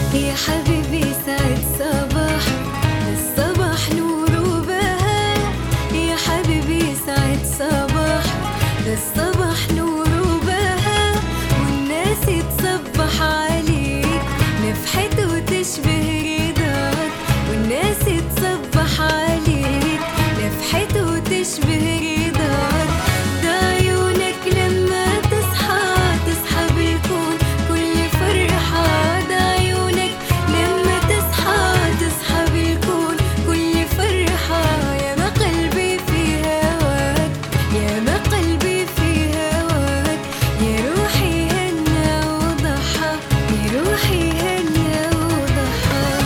يا حبيبي سعد صباح، الصباح نور وبهاء. يا حبيبي سعد صباح، الصباح نور وبهاء. والناس تصبح عليك نفحت وتشبه رضاك. والناس تصبح عليك نفحت وتشبه رضاك. ده عيونك لما تصحى تصحى بالكون كل فرحة. ده عيونك لما تصحى تصحى بالكون كل فرحة. يا ما قلبي في هواك، يا ما قلبي في هواك. يا روحي هنا وضحى، يا روحي هنا وضحى.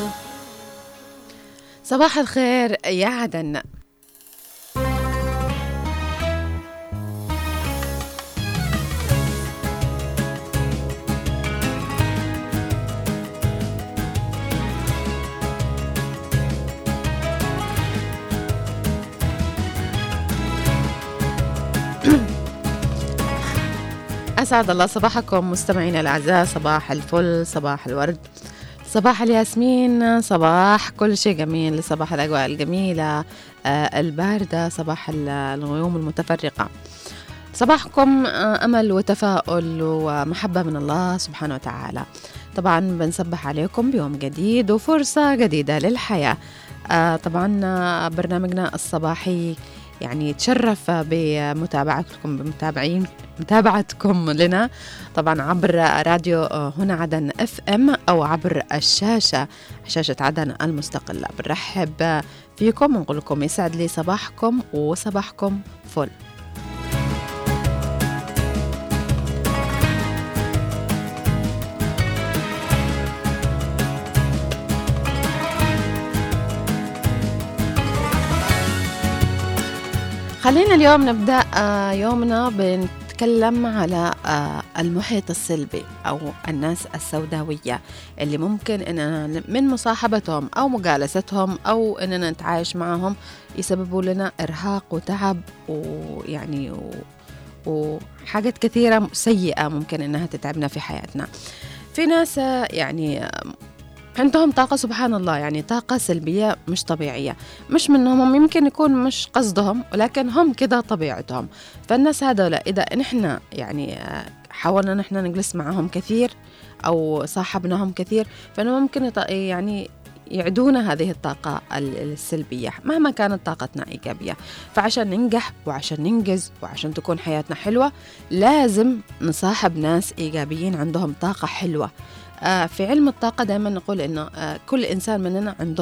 صباح الخير يا عدن. أسعد الله صباحكم مستمعينا الأعزاء، صباح الفل، صباح الورد، صباح الياسمين، صباح كل شيء جميل، صباح الأجواء الجميلة الباردة، صباح الغيوم المتفرقة، صباحكم أمل وتفاؤل ومحبة من الله سبحانه وتعالى. طبعا بنصبح عليكم بيوم جديد وفرصة جديدة للحياة. طبعا برنامجنا الصباحي يعني تشرف متابعتكم لنا طبعا عبر راديو هنا عدن FM أو عبر شاشة عدن المستقلة. بنرحب فيكم ونقول لكم يسعد لي صباحكم وصباحكم فل. خلينا اليوم نبدأ يومنا بنتكلم على المحيط السلبي أو الناس السوداوية اللي ممكن إننا من مصاحبتهم أو مجالستهم أو إننا نتعايش معهم يسببوا لنا إرهاق وتعب ويعني وحاجات كثيرة سيئة ممكن إنها تتعبنا في حياتنا. في ناس يعني عندهم طاقة سبحان الله، يعني طاقة سلبية مش طبيعية، مش منهم، يمكن يكون مش قصدهم ولكن هم كده طبيعتهم. فالناس هذول إذا نحن يعني حاولنا نحن نجلس معهم كثير أو صاحبناهم كثير فإنه ممكن يعني يعدونا هذه الطاقة السلبية مهما كانت طاقتنا إيجابية. فعشان ننجح وعشان ننجز وعشان تكون حياتنا حلوة لازم نصاحب ناس إيجابيين عندهم طاقة حلوة. في علم الطاقة دائما نقول إنه كل إنسان مننا عنده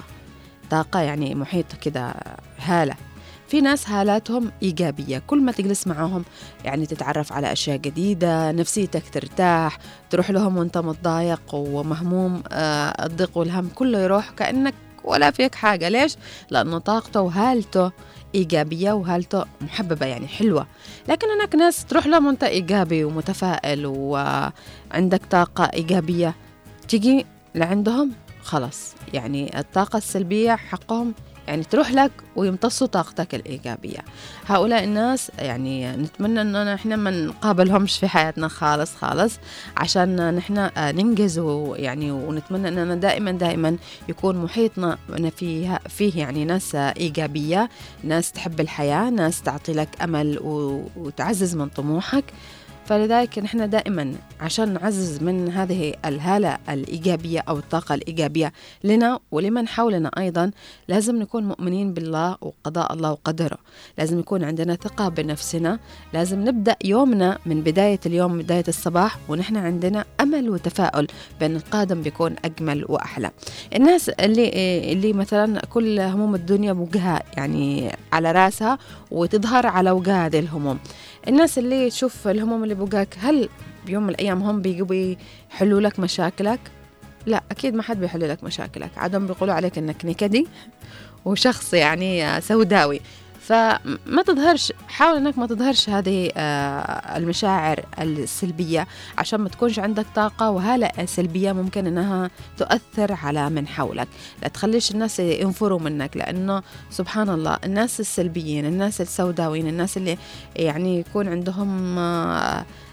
طاقة يعني محيط كده هالة. في ناس هالاتهم إيجابية، كل ما تجلس معهم يعني تتعرف على أشياء جديدة، نفسيتك ترتاح، تروح لهم وانت متضايق ومهموم، الضيق والهم كله يروح كأنك ولا فيك حاجة. ليش؟ لأنه طاقته وهالته إيجابية وهالته محببة يعني حلوة. لكن هناك ناس تروح لهم وانت إيجابي ومتفائل وعندك طاقة إيجابية، تيجي لعندهم خلاص يعني الطاقة السلبية حقهم يعني تروح لك ويمتصوا طاقتك الإيجابية. هؤلاء الناس يعني نتمنى أننا نحن ما نقابلهمش في حياتنا خالص عشان نحن ننجز يعني ونتمنى أننا دائما يكون محيطنا فيه يعني ناس إيجابية، ناس تحب الحياة، ناس تعطي لك أمل وتعزز من طموحك. فلذلك نحن دائما عشان نعزز من هذه الهالة الإيجابية أو الطاقة الإيجابية لنا ولمن حولنا أيضا لازم نكون مؤمنين بالله وقضاء الله وقدره. لازم يكون عندنا ثقة بنفسنا، لازم نبدأ يومنا من بداية اليوم، بداية الصباح ونحن عندنا أمل وتفاؤل بأن القادم بيكون أجمل وأحلى. الناس اللي مثلا كل هموم الدنيا بوجهها يعني على راسها وتظهر على وجه هذه الهموم. الناس اللي تشوف الهموم اللي بوجهك هل بيوم من الأيام هم بيجوا يحلوا لك مشاكلك؟ لا أكيد ما حد بيحل لك مشاكلك، عادهم بيقولوا عليك إنك نكدي وشخص يعني سوداوي. فما تظهرش، حاول انك ما تظهرش هذه المشاعر السلبية عشان ما تكونش عندك طاقة وهالة سلبية ممكن انها تؤثر على من حولك. لا تخليش الناس ينفروا منك، لانه سبحان الله الناس السلبيين، الناس السوداويين، الناس اللي يعني يكون عندهم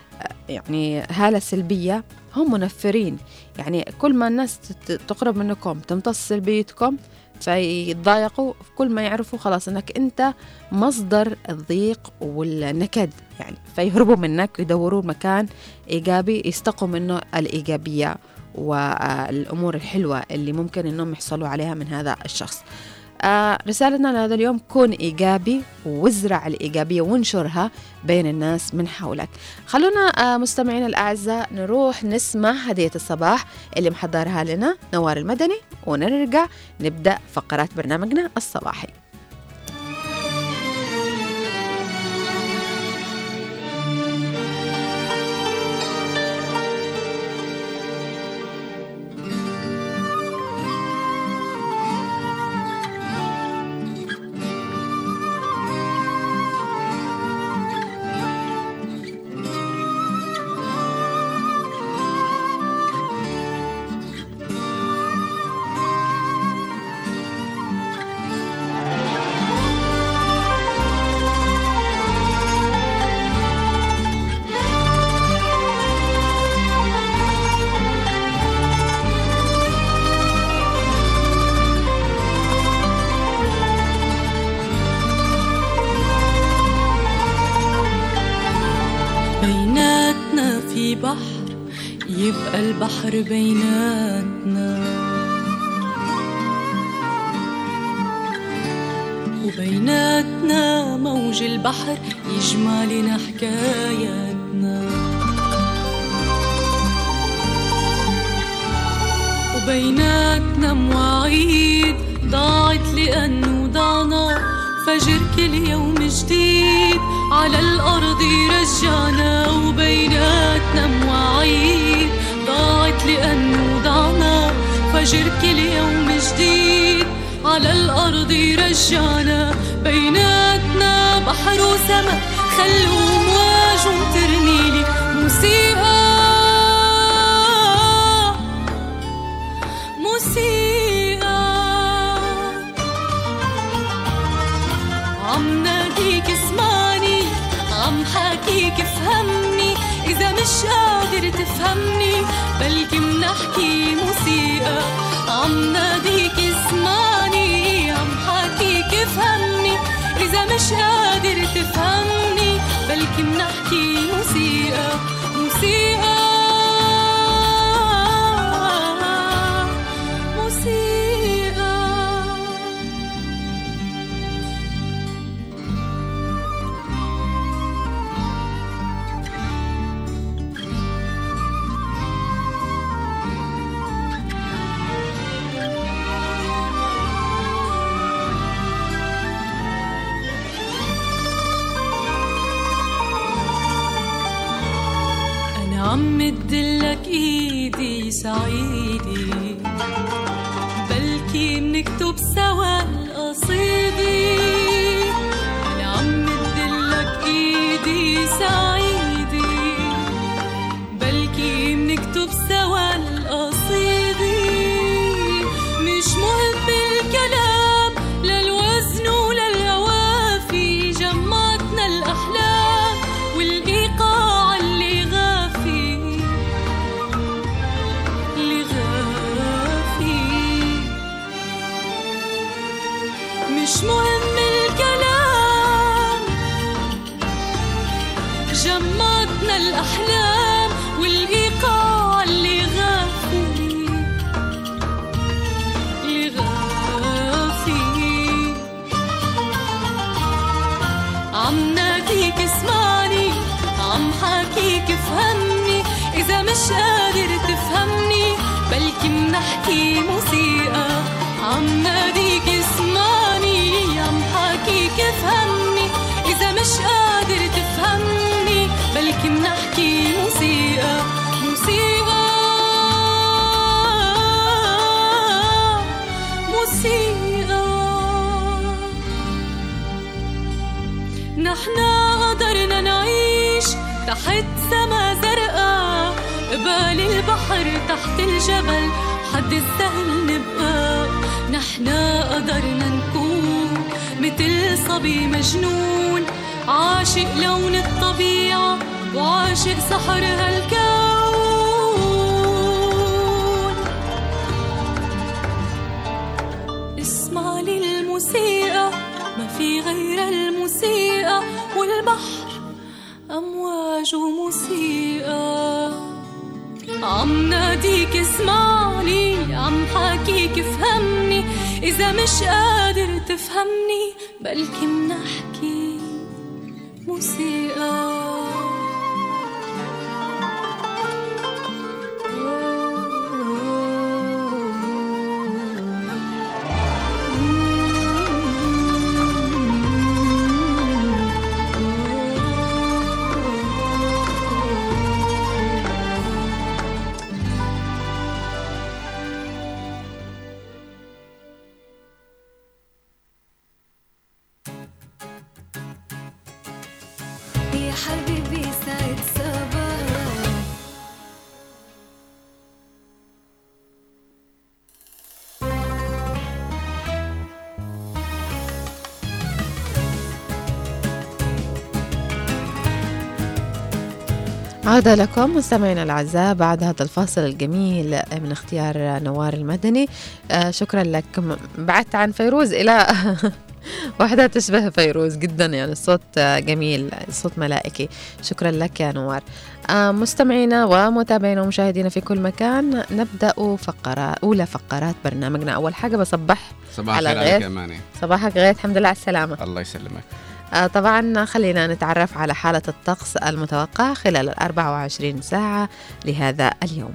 يعني هالة سلبية هم منفرين. يعني كل ما الناس تقرب منكم تمتص سلبيتكم فيتضايقوا، كل ما يعرفوا خلاص انك انت مصدر الضيق والنكد يعني، فيهربوا منك ويدوروا مكان ايجابي يستقوا منه الايجابية والامور الحلوة اللي ممكن انهم يحصلوا عليها من هذا الشخص. رسالتنا لهذا اليوم: كون إيجابي وازرع الإيجابية وانشرها بين الناس من حولك. خلونا مستمعين الأعزاء نروح نسمع هدية الصباح اللي محضرها لنا نوار المدني، ونرجع نبدأ فقرات برنامجنا الصباحي. يبقى البحر بيناتنا، وبيناتنا موج البحر يجمع لنا حكاياتنا، وبيناتنا مواعيد ضاعت لأنه ضعنا، فجر كل يوم جديد على الأرض يرجعنا، وبيناتنا مواعيد ضاعت لأنه ضعنا، فجر كل يوم جديد على الأرض يرجعنا، بيناتنا بحر وسما خلوا مواج وترنيلي موسيقى عم ناديك اسمعني، عم حاكيك افهمني، إذا مش قادر تفهمني بلكي منحكي موسيقى، عم ناديك اسمعني، عم حاكيك افهمني، إذا مش قادر تفهمني بلكي منحكي موسيقى، موسيقى عم مدلك ايدي سعيدي، بلكي منكتب سوا القصيدي، انا عم مدلك ايدي سعيدي، بلكي منكتب سوا القصيدي، مش مهم الكلام للوزن وللهوافي، جمعتنا الاحلام والايقاع اللي مش مهم الكلام، جمعتنا الأحلام والإيقاع اللي غافي، اللي غافي، عم ناديك اسمعني، عم حاكيك افهمني، إذا مش قادر تفهمني بلكي منحكي موسيقى، عم ناديك اسمعني، عم حاكيك افهمني، إذا مش قادر تفهمني بلكي منحكي موسيقى، موسيقى موسيقى، نحنا قدرنا نعيش تحت سما زرقاء، قبال البحر تحت الجبل حد السهل نبقى، نحنا قدرنا نكون متل صبي مجنون عاشق لون الطبيعة وعاشق سحر هالكون. اسمع لي الموسيقى ما في غير الموسيقى، والبحر أمواج وموسيقى. عم ناديك اسمعني، عم حاكيك فهمني، إذا مش قادر تفهمني بلكي منحكي موسيقى. يا حبيبي سعد صباح. عودة لكم مستمعينا الأعزاء بعد هذا الفاصل الجميل من اختيار نوار المدني. شكرا لك. بعدت عن فيروز إلى واحدة تشبه فيروز جدا، يعني الصوت جميل، صوت ملائكي. شكرا لك يا نوار. مستمعينا ومتابعينا ومشاهدينا في كل مكان، نبدأ أولى فقرات برنامجنا. أول حاجة بصبح على غيث. صباحك غيث، الحمد لله على السلامة. الله يسلمك. طبعا خلينا نتعرف على حالة الطقس المتوقع خلال 24 ساعة لهذا اليوم.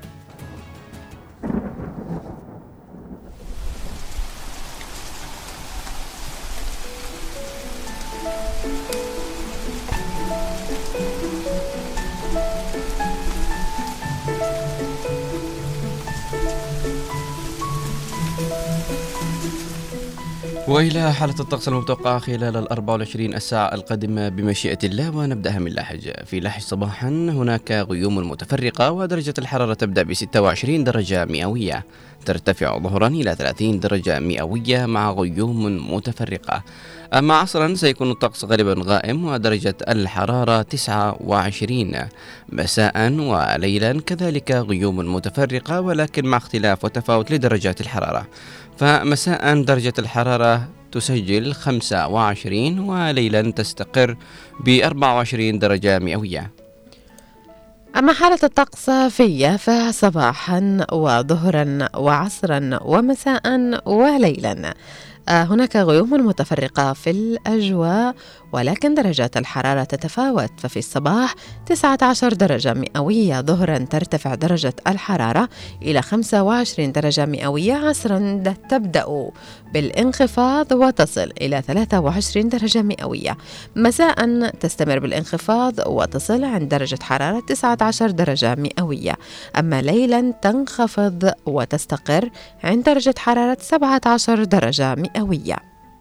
وإلى حالة الطقس المتوقعة خلال 24 الساعة القادمة بمشيئة الله، ونبدأها من لاحج. في لاحج صباحا هناك غيوم متفرقة، ودرجة الحرارة تبدأ ب 26 درجة مئوية، ترتفع ظهرا إلى 30 درجة مئوية مع غيوم متفرقة. أما عصرا سيكون الطقس غالبا غائم، ودرجة الحرارة 29. مساء وليلا كذلك غيوم متفرقة، ولكن مع اختلاف وتفاوت لدرجات الحرارة. فمساء درجة الحرارة تسجل 25، وليلا تستقر ب 24 درجة مئوية. أما حالة الطقس صيفية فصباحا وظهرا وعصرا ومساء وليلا هناك غيوم متفرقة في الأجواء، ولكن درجات الحرارة تتفاوت. ففي الصباح 19 درجة مئوية، ظهرا ترتفع درجة الحرارة إلى 25 درجة مئوية، عصرا تبدأ بالانخفاض وتصل إلى 23 درجة مئوية، مساء تستمر بالانخفاض وتصل عند درجة حرارة 19 درجة مئوية. أما ليلا تنخفض وتستقر عند درجة حرارة 17 درجة مئوية.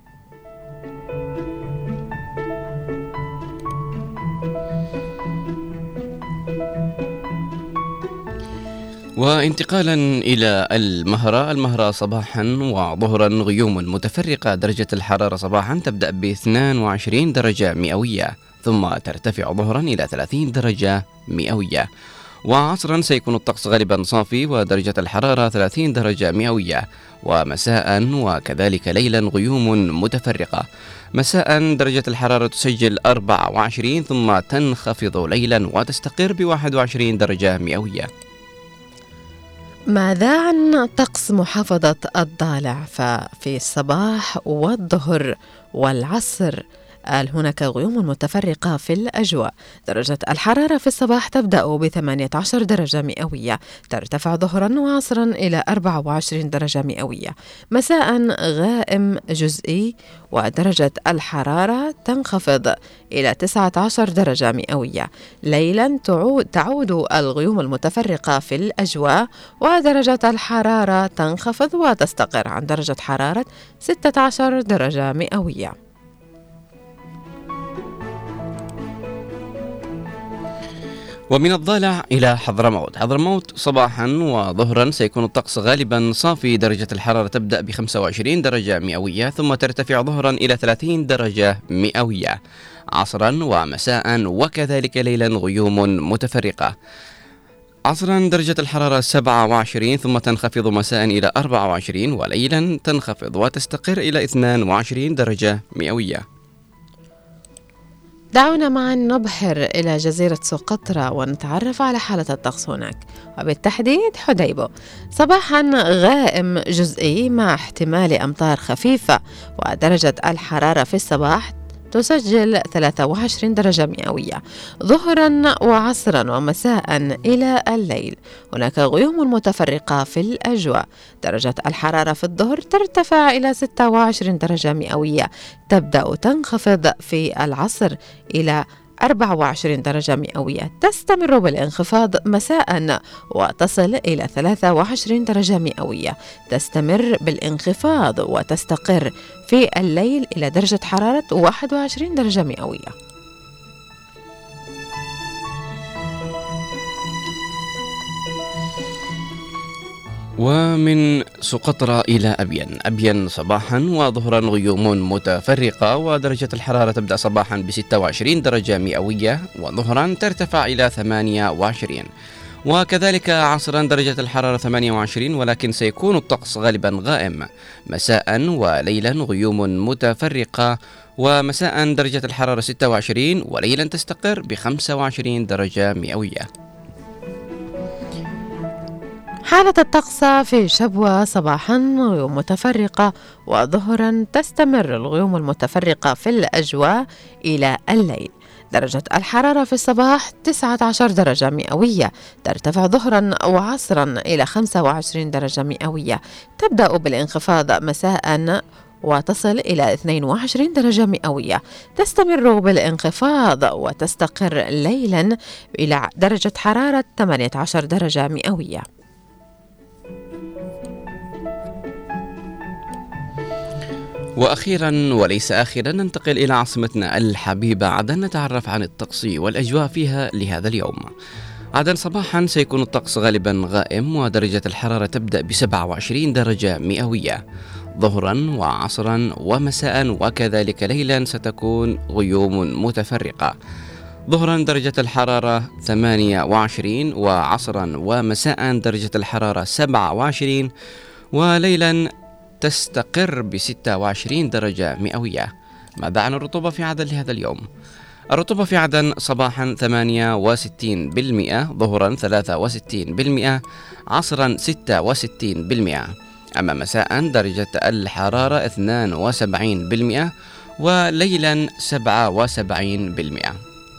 وانتقالا إلى المهرة صباحا وظهرا غيوم متفرقة، درجة الحرارة صباحا تبدأ ب 22 درجة مئوية، ثم ترتفع ظهرا إلى 30 درجة مئوية. وعصرا سيكون الطقس غالبا صافي، ودرجة الحرارة 30 درجة مئوية. ومساء وكذلك ليلا غيوم متفرقة، مساء درجة الحرارة تسجل 24، ثم تنخفض ليلا وتستقر ب 21 درجة مئوية. ماذا عن طقس محافظة الضالع؟ ففي الصباح والظهر والعصر هناك غيوم متفرقة في الأجواء. درجة الحرارة في الصباح تبدأ ب 18 درجة مئوية، ترتفع ظهرا وعصرا إلى 24 درجة مئوية، مساء غائم جزئي، ودرجة الحرارة تنخفض إلى 19 درجة مئوية. ليلا تعود الغيوم المتفرقة في الأجواء، ودرجة الحرارة تنخفض وتستقر عند درجة حرارة 16 درجة مئوية. ومن الضالع إلى حضرموت. حضرموت صباحا وظهرا سيكون الطقس غالبا صافي، درجة الحرارة تبدأ ب 25 درجة مئوية ثم ترتفع ظهرا إلى 30 درجة مئوية. عصرا ومساء وكذلك ليلا غيوم متفرقة. عصرا درجة الحرارة 27 ثم تنخفض مساء إلى 24 وليلا تنخفض وتستقر إلى 22 درجة مئوية. دعونا معا نبحر إلى جزيرة سقطرى ونتعرف على حالة الطقس هناك، وبالتحديد حديبو. صباحا غائم جزئي مع احتمال أمطار خفيفة، ودرجة الحرارة في الصباح تسجل 23 درجة مئوية. ظهرا وعصرا ومساء إلى الليل هناك غيوم متفرقة في الأجواء. درجة الحرارة في الظهر ترتفع إلى 26 درجة مئوية، تبدأ تنخفض في العصر إلى 24 درجة مئوية، تستمر بالانخفاض مساء وتصل إلى 23 درجة مئوية، تستمر بالانخفاض وتستقر في الليل إلى درجة حرارة 21 درجة مئوية. ومن سقطرى إلى أبين صباحا وظهرا غيوم متفرقة، ودرجة الحرارة تبدأ صباحا ب 26 درجة مئوية وظهرا ترتفع إلى 28، وكذلك عصرا درجة الحرارة 28 ولكن سيكون الطقس غالبا غائم. مساء وليلا غيوم متفرقة، ومساء درجة الحرارة 26 وليلا تستقر ب 25 درجة مئوية. حالة الطقس في شبوة صباحا غيوم متفرقة، وظهرا تستمر الغيوم المتفرقة في الأجواء إلى الليل. درجة الحرارة في الصباح 19 درجة مئوية، ترتفع ظهرا وعصرا إلى 25 درجة مئوية، تبدأ بالانخفاض مساء وتصل إلى 22 درجة مئوية، تستمر بالانخفاض وتستقر ليلا إلى درجة حرارة 18 درجة مئوية. وأخيرا وليس آخرا ننتقل إلى عاصمتنا الحبيبة عدن، نتعرف عن الطقس والأجواء فيها لهذا اليوم. عدن صباحا سيكون الطقس غالبا غائم، ودرجة الحرارة تبدأ ب 27 درجة مئوية. ظهرا وعصرا ومساء وكذلك ليلا ستكون غيوم متفرقة. ظهرا درجة الحرارة 28 وعصرا ومساء درجة الحرارة 27 وليلا تستقر ب 26 درجة مئوية. ماذا عن الرطوبة في عدن لهذا اليوم؟ الرطوبة في عدن صباحا 68%، ظهرا 63%، عصرا 66%. أما مساء درجة الحرارة 72% وليلا 77%.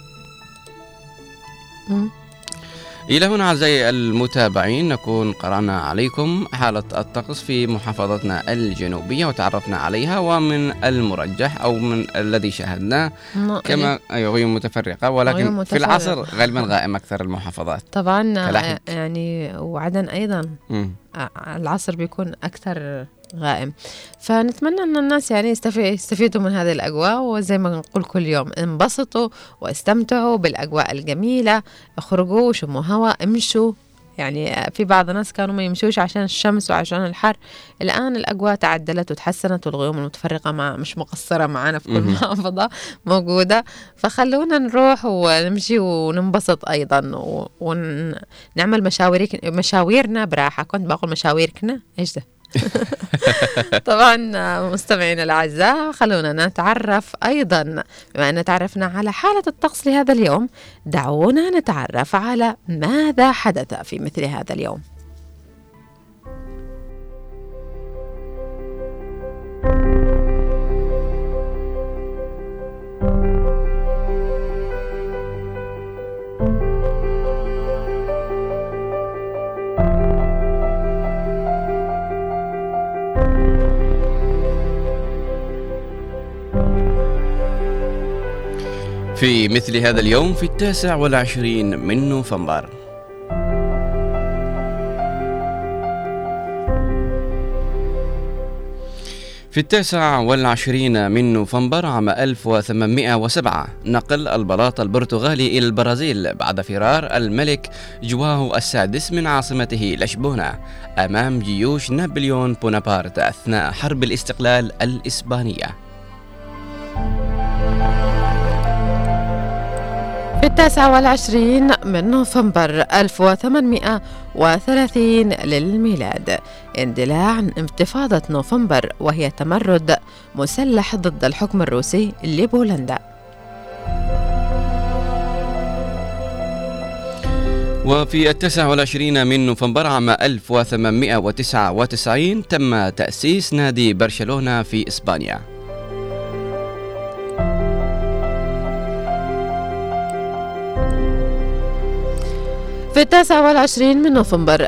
إلى هنا أعزائي المتابعين نكون قرأنا عليكم حالة الطقس في محافظتنا الجنوبية وتعرفنا عليها، ومن المرجح أو من الذي شاهدناه كما غيوم متفرقة، ولكن في العصر غالبا غائم أكثر المحافظات طبعا يعني، وعدن أيضا العصر بيكون أكثر غائم. فنتمنى أن الناس يعني يستفيدوا من هذه الأجواء، وزي ما نقول كل يوم انبسطوا واستمتعوا بالأجواء الجميلة، اخرجوا شموا هواء، امشوا. يعني في بعض الناس كانوا ما يمشوش عشان الشمس وعشان الحر، الآن الأجواء تعدلت وتحسنت والغيوم المتفرقة مش مقصرة معنا في كل محافظة موجودة. فخلونا نروح ونمشي وننبسط أيضا ونعمل مشاويرنا براحة. كنت بقول مشاويركنا، إيش ده؟ طبعا مستمعينا الأعزاء، خلونا نتعرف أيضا، بما أن تعرفنا على حالة الطقس لهذا اليوم، دعونا نتعرف على ماذا حدث في مثل هذا اليوم. في مثل هذا اليوم في 29 من نوفمبر في 29 من نوفمبر عام 1807 نقل البلاط البرتغالي إلى البرازيل بعد فرار الملك جواو السادس من عاصمته لشبونة أمام جيوش نابليون بونابرت أثناء حرب الاستقلال الإسبانية. في 29 من نوفمبر 1830 للميلاد اندلاع انتفاضة نوفمبر، وهي تمرد مسلح ضد الحكم الروسي لبولندا. وفي 29 من نوفمبر عام 1899 تم تأسيس نادي برشلونة في إسبانيا. في 29 من نوفمبر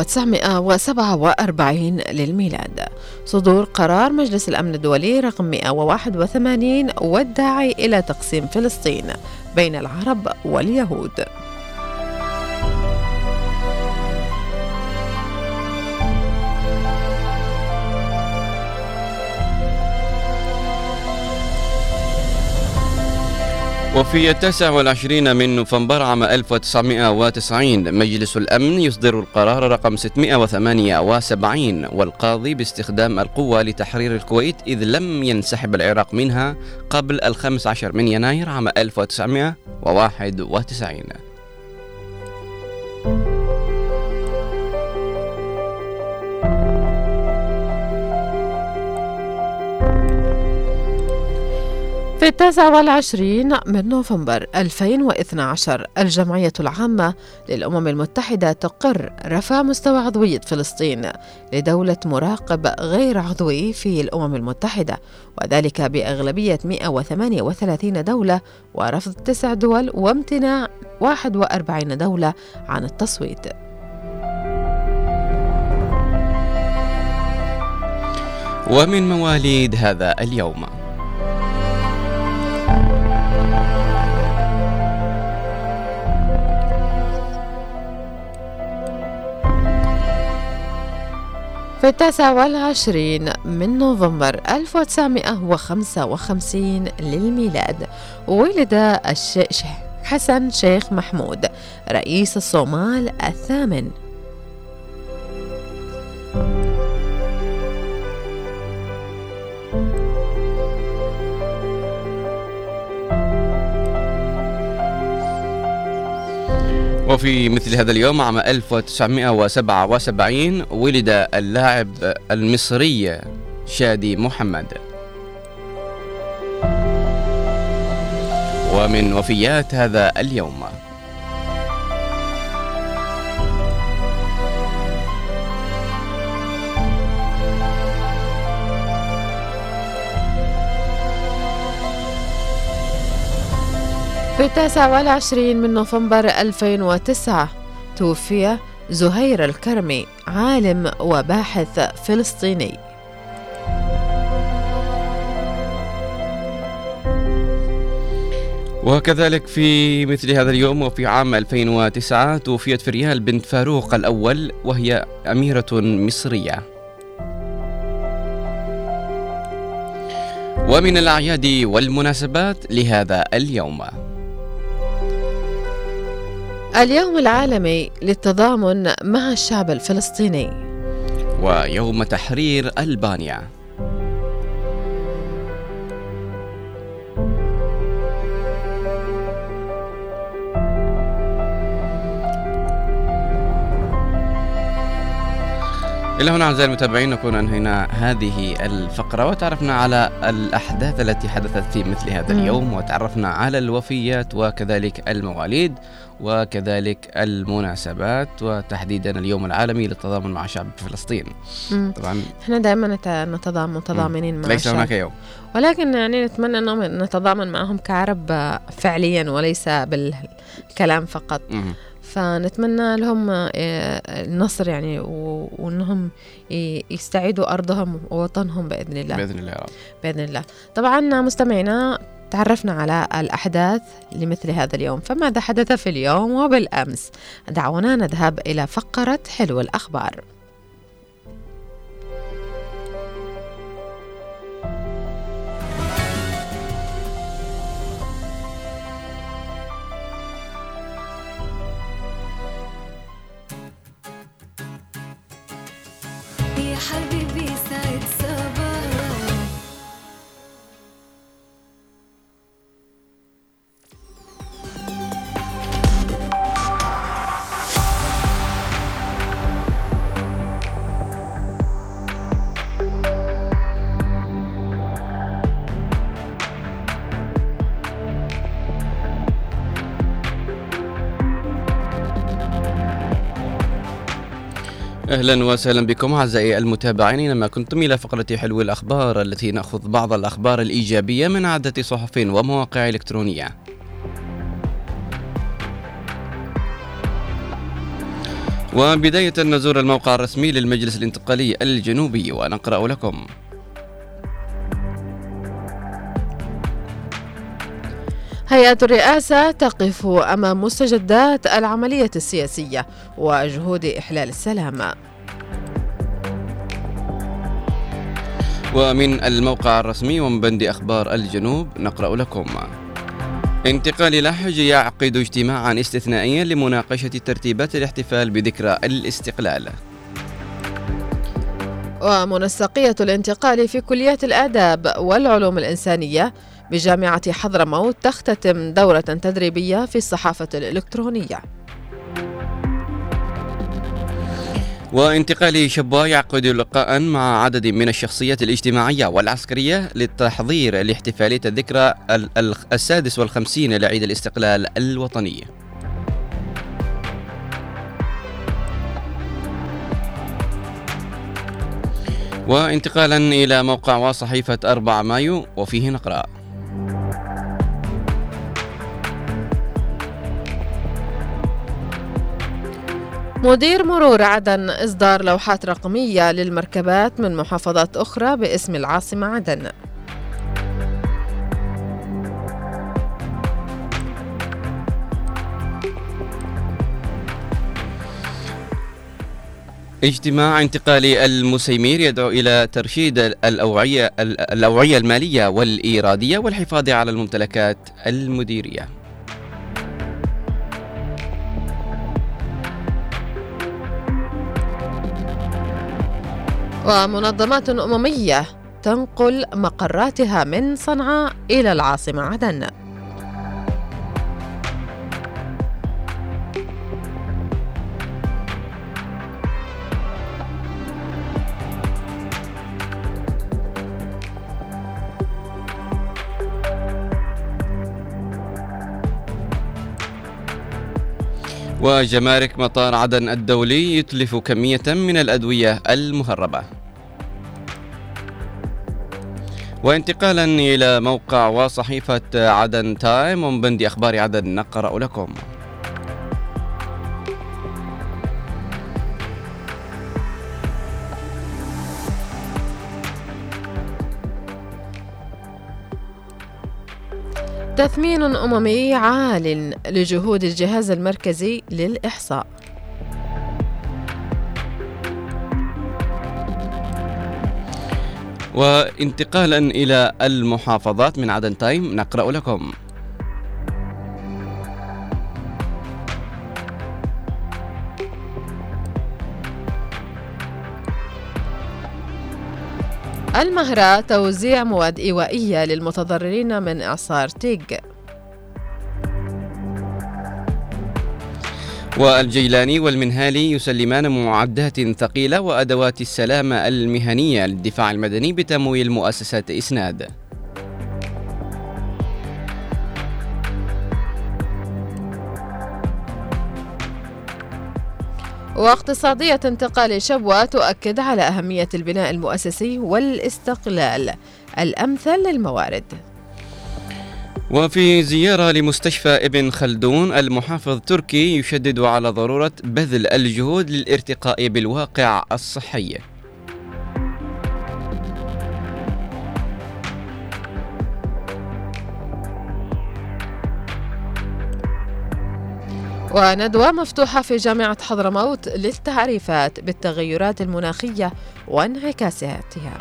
1947 للميلاد صدور قرار مجلس الأمن الدولي رقم 181 والداعي إلى تقسيم فلسطين بين العرب واليهود. وفي 29 من نوفمبر عام 1990 مجلس الأمن يصدر القرار رقم 678 والقاضي باستخدام القوة لتحرير الكويت إذ لم ينسحب العراق منها قبل 15 من يناير عام 1991. في 29 من نوفمبر 2012 الجمعية العامة للأمم المتحدة تقر رفع مستوى عضوية فلسطين لدولة مراقب غير عضوي في الأمم المتحدة، وذلك بأغلبية 138 دولة ورفض 9 دول وامتناع 41 دولة عن التصويت. ومن مواليد هذا اليوم: في 29 من نوفمبر 1955 للميلاد ولد الشيخ حسن شيخ محمود رئيس الصومال الثامن. وفي مثل هذا اليوم عام 1977 ولد اللاعب المصري شادي محمد. ومن وفيات هذا اليوم: في 29 من نوفمبر 2009 توفي زهير الكرمي عالم وباحث فلسطيني. وكذلك في مثل هذا اليوم وفي عام 2009 توفيت فريال بنت فاروق الأول وهي أميرة مصرية. ومن الأعياد والمناسبات لهذا اليوم: اليوم العالمي للتضامن مع الشعب الفلسطيني، ويوم تحرير ألبانيا، إلى هنا أعزائي المتابعين نكون أنهينا هذه الفقرة وتعرفنا على الأحداث التي حدثت في مثل هذا اليوم وتعرفنا على الوفيات وكذلك المواليد وكذلك المناسبات وتحديدا اليوم العالمي للتضامن مع شعب فلسطين. طبعا احنا دائما متضامنين مع ليس هناك يوم، ولكن يعني نتمنى أنهم نتضامن معهم كعرب فعليا وليس بالكلام فقط. فنتمنى لهم النصر يعني وأنهم يستعيدوا أرضهم ووطنهم بإذن الله. بإذن الله. بإذن الله. طبعا مستمعينا تعرفنا على الأحداث لمثل هذا اليوم، فماذا حدث في اليوم وبالأمس؟ دعونا نذهب إلى فقرة حلو الأخبار. يا حبيبي سعد صباح. أهلا وسهلا بكم أعزائي المتابعين، إنما كنتم إلى فقرة حلو الأخبار التي نأخذ بعض الأخبار الإيجابية من عدة صحف ومواقع إلكترونية. وبداية نزور الموقع الرسمي للمجلس الانتقالي الجنوبي ونقرأ لكم: هيئة الرئاسة تقف أمام مستجدات العملية السياسية وجهود إحلال السلام. ومن الموقع الرسمي ومن بند أخبار الجنوب نقرأ لكم: انتقال لحج يعقد اجتماعا استثنائيا لمناقشة ترتيبات الاحتفال بذكرى الاستقلال. ومنسقية الانتقال في كليات الآداب والعلوم الإنسانية بجامعة حضرموت تختتم دورة تدريبية في الصحافة الإلكترونية. وانتقال شبوة يعقد لقاء مع عدد من الشخصيات الاجتماعية والعسكرية للتحضير لاحتفالية الذكرى 56 لعيد الاستقلال الوطني. وانتقالا إلى موقع وصحيفة 4 مايو وفيه نقرأ: مدير مرور عدن إصدار لوحات رقمية للمركبات من محافظات أخرى باسم العاصمة عدن. اجتماع انتقالي المسيمير يدعو إلى ترشيد الأوعية المالية والإيرادية والحفاظ على الممتلكات المديرية. ومنظمات أممية تنقل مقراتها من صنعاء إلى العاصمة عدن. وجمارك مطار عدن الدولي يتلف كمية من الأدوية المهربة. وانتقالا إلى موقع وصحيفة عدن تايم ومن بند أخبار عدن نقرأ لكم: تثمين أممي عال لجهود الجهاز المركزي للإحصاء. وانتقالا إلى المحافظات من عدن تايم نقرأ لكم: المهرة توزيع مواد إيوائية للمتضررين من إعصار تيغ. والجيلاني والمنهالي يسلمان معدات ثقيلة وأدوات السلامة المهنية للدفاع المدني بتمويل مؤسسة إسناد. واقتصادية انتقال شبوة تؤكد على أهمية البناء المؤسسي والاستقلال الأمثل للموارد. وفي زيارة لمستشفى ابن خلدون المحافظ تركي يشدد على ضرورة بذل الجهود للارتقاء بالواقع الصحي. وندوة مفتوحة في جامعة حضرموت للتعريفات بالتغيرات المناخية وانعكاساتها.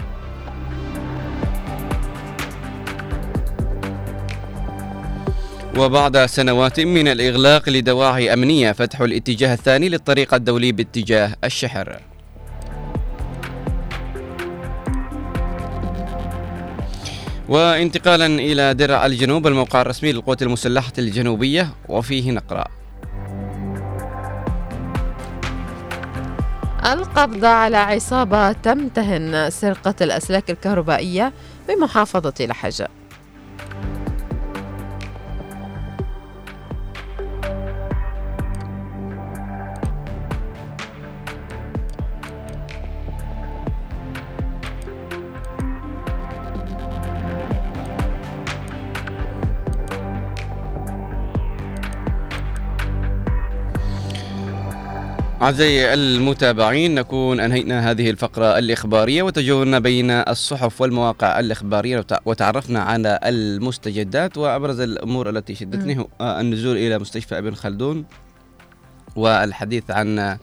وبعد سنوات من الإغلاق لدواعي أمنية فتح الاتجاه الثاني للطريق الدولي باتجاه الشحر. وانتقالا إلى درع الجنوب، الموقع الرسمي للقوات المسلحة الجنوبية، وفيه نقرأ: القبض على عصابة تمتهن سرقة الأسلاك الكهربائية بمحافظة لحج. أعزائي المتابعين، نكون أنهينا هذه الفقرة الإخبارية وتجولنا بين الصحف والمواقع الإخبارية وتعرفنا على المستجدات. وأبرز الأمور التي شدتني هو النزول إلى مستشفى ابن خلدون والحديث عن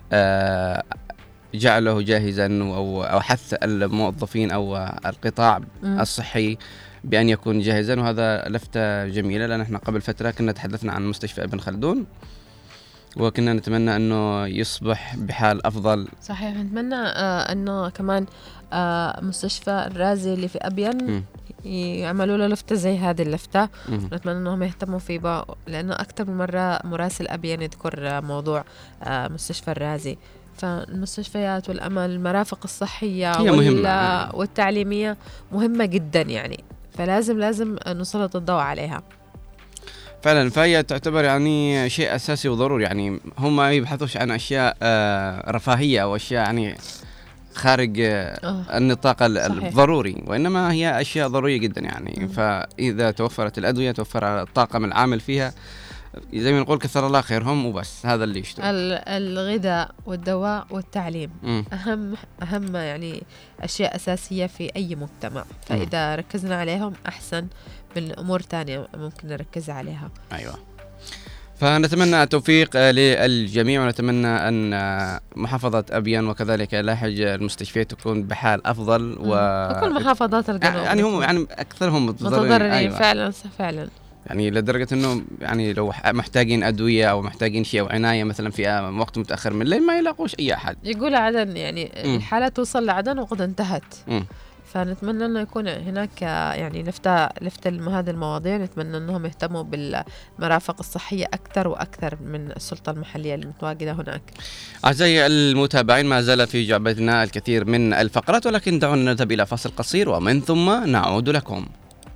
جعله جاهزا أو حث الموظفين أو القطاع الصحي بأن يكون جاهزا، وهذا لفتة جميلة لأن احنا قبل فترة كنا تحدثنا عن مستشفى ابن خلدون وكنا نتمنى أنه يصبح بحال أفضل. صحيح، نتمنى أنه كمان مستشفى الرازي اللي في أبين يعملوا له لفتة زي هذه اللفتة. نتمنى أنهم يهتموا فيه بقى، لأنه أكثر من مرة مراسل أبين يذكر موضوع مستشفى الرازي. فالمستشفيات المرافق الصحية والتعليمية مهمة جدا يعني، فلازم نسلط الضوء عليها فعلا. فهي تعتبر يعني شيء أساسي وضروري، يعني هم ما يبحثوش عن أشياء رفاهية أو أشياء يعني خارج النطاق الضروري، وإنما هي أشياء ضرورية جدا يعني. فإذا توفرت الأدوية، توفر الطاقم العامل فيها، زي ما نقول كثر الله خيرهم وبس، هذا اللي يشتغل. الغذاء والدواء والتعليم أهم يعني أشياء أساسية في أي مجتمع، فإذا ركزنا عليهم أحسن من أمور تانية ممكن نركز عليها. أيوة، فنتمنى التوفيق للجميع، ونتمنى أن محافظة أبيان وكذلك لاحج المستشفيات تكون بحال أفضل وكل محافظات الجنوب يعني هم يعني أكثرهم متضررين. أيوة. فعلا يعني لدرجة أنه يعني لو محتاجين أدوية أو محتاجين شيء أو عناية مثلا في وقت متأخر من الليل ما يلاقوش أي أحد. يقول عدن يعني الحالة توصل لعدن وقد انتهت. فنتمنى أنه يكون هناك يعني لفتة هذه المواضيع. نتمنى أنهم يهتموا بالمرافق الصحية أكثر وأكثر من السلطة المحلية المتواجدة هناك. أعزائي المتابعين، ما زال في جعبتنا الكثير من الفقرات، ولكن دعونا نذهب إلى فاصل قصير ومن ثم نعود لكم.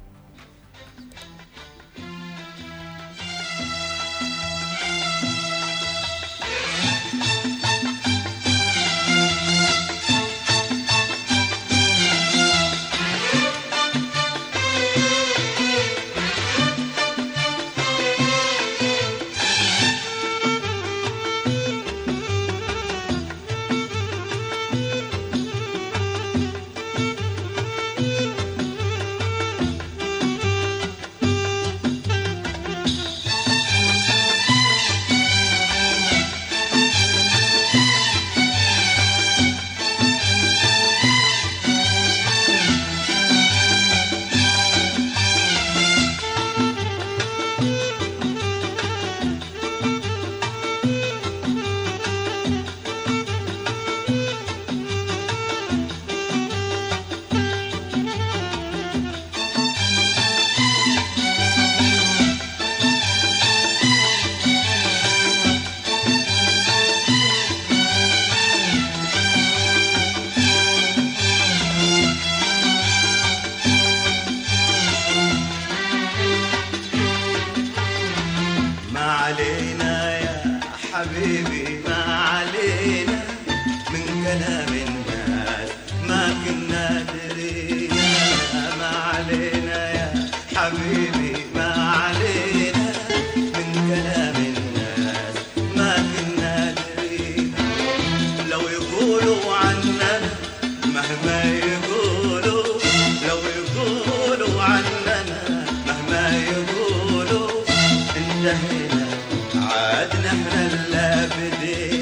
حبيبي ما علينا من كلام الناس ما كنا درينا، ما علينا يا حبيبي ما علينا من كلام الناس ما كنا درينا. لو يقولوا عننا مهما يقولوا، لو يقولوا عننا مهما يقولوا، انتهينا عاد نحن اللي بدينا.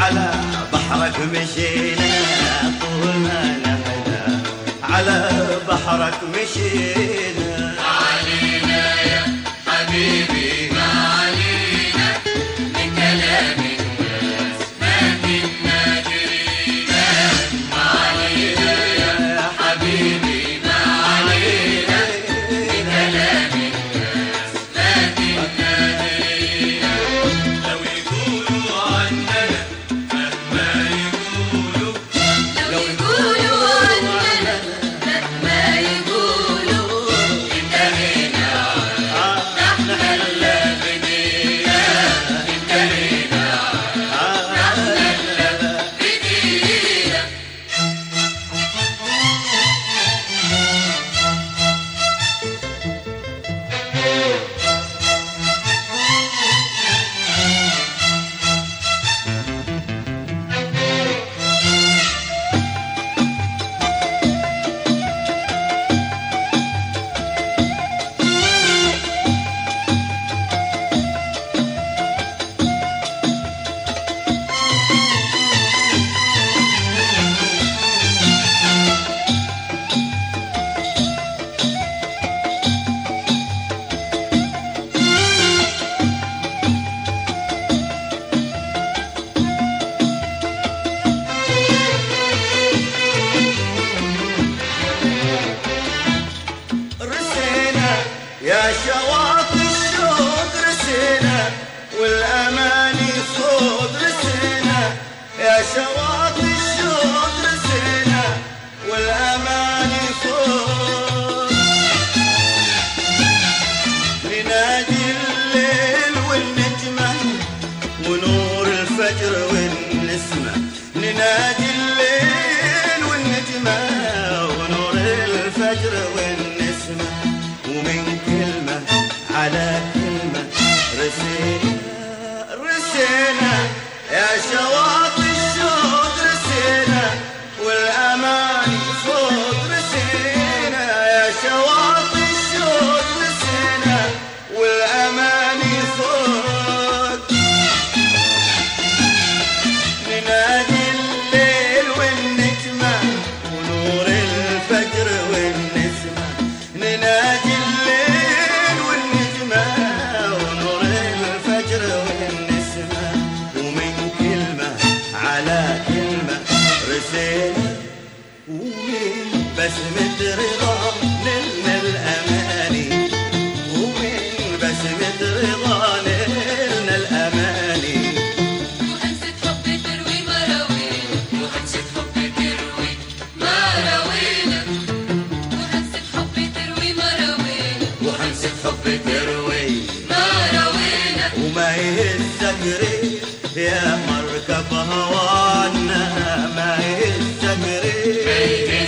على بحرك مشينا طول ما نحن على بحرك مشينا علينا يا حبيبي ما علينا من كلام الناس ما كنا درينا ما علينا يا حبيبي ما علينا من كلام الناس ما كنا درينا لو يقولوا عننا مهما يقولوا لو يقولوا عننا مهما يقولوا انتهينا نحن اللي بدينا انتهينا نحن اللي بدينا رسينا يا شواطئ الشوق رسينا والأماني صوت رسينا يا شواطئ الشوق رسينا والأماني صوت ننادي الليل والنجمة ونور الفجر والنسمة ننادي الليل والنجمة ونور الفجر والنسمة ومن كلمة على كلمة رسينا يا شواطئ الشوق رسينا والأماني صوت رسينا يا شواطئ الشوق رسينا والأماني صوت ننادي الليل والنجمة ونور الفجر والنسمة ننادي الليل والنجمة ونور الفجر والنسمة ومن كلمة على كلمة رسينا ومن بسمة رضا نلنا الأماني ومن بسمة رضا نلنا الأماني وهمسة حب تروي مراوينا وهمسة حب تروي مراوينا وهمسة حب تروي مراوينا وهمسة حب تروي مراوينا وما يهزك ريح يا مركب هوانا ما يهزك ريح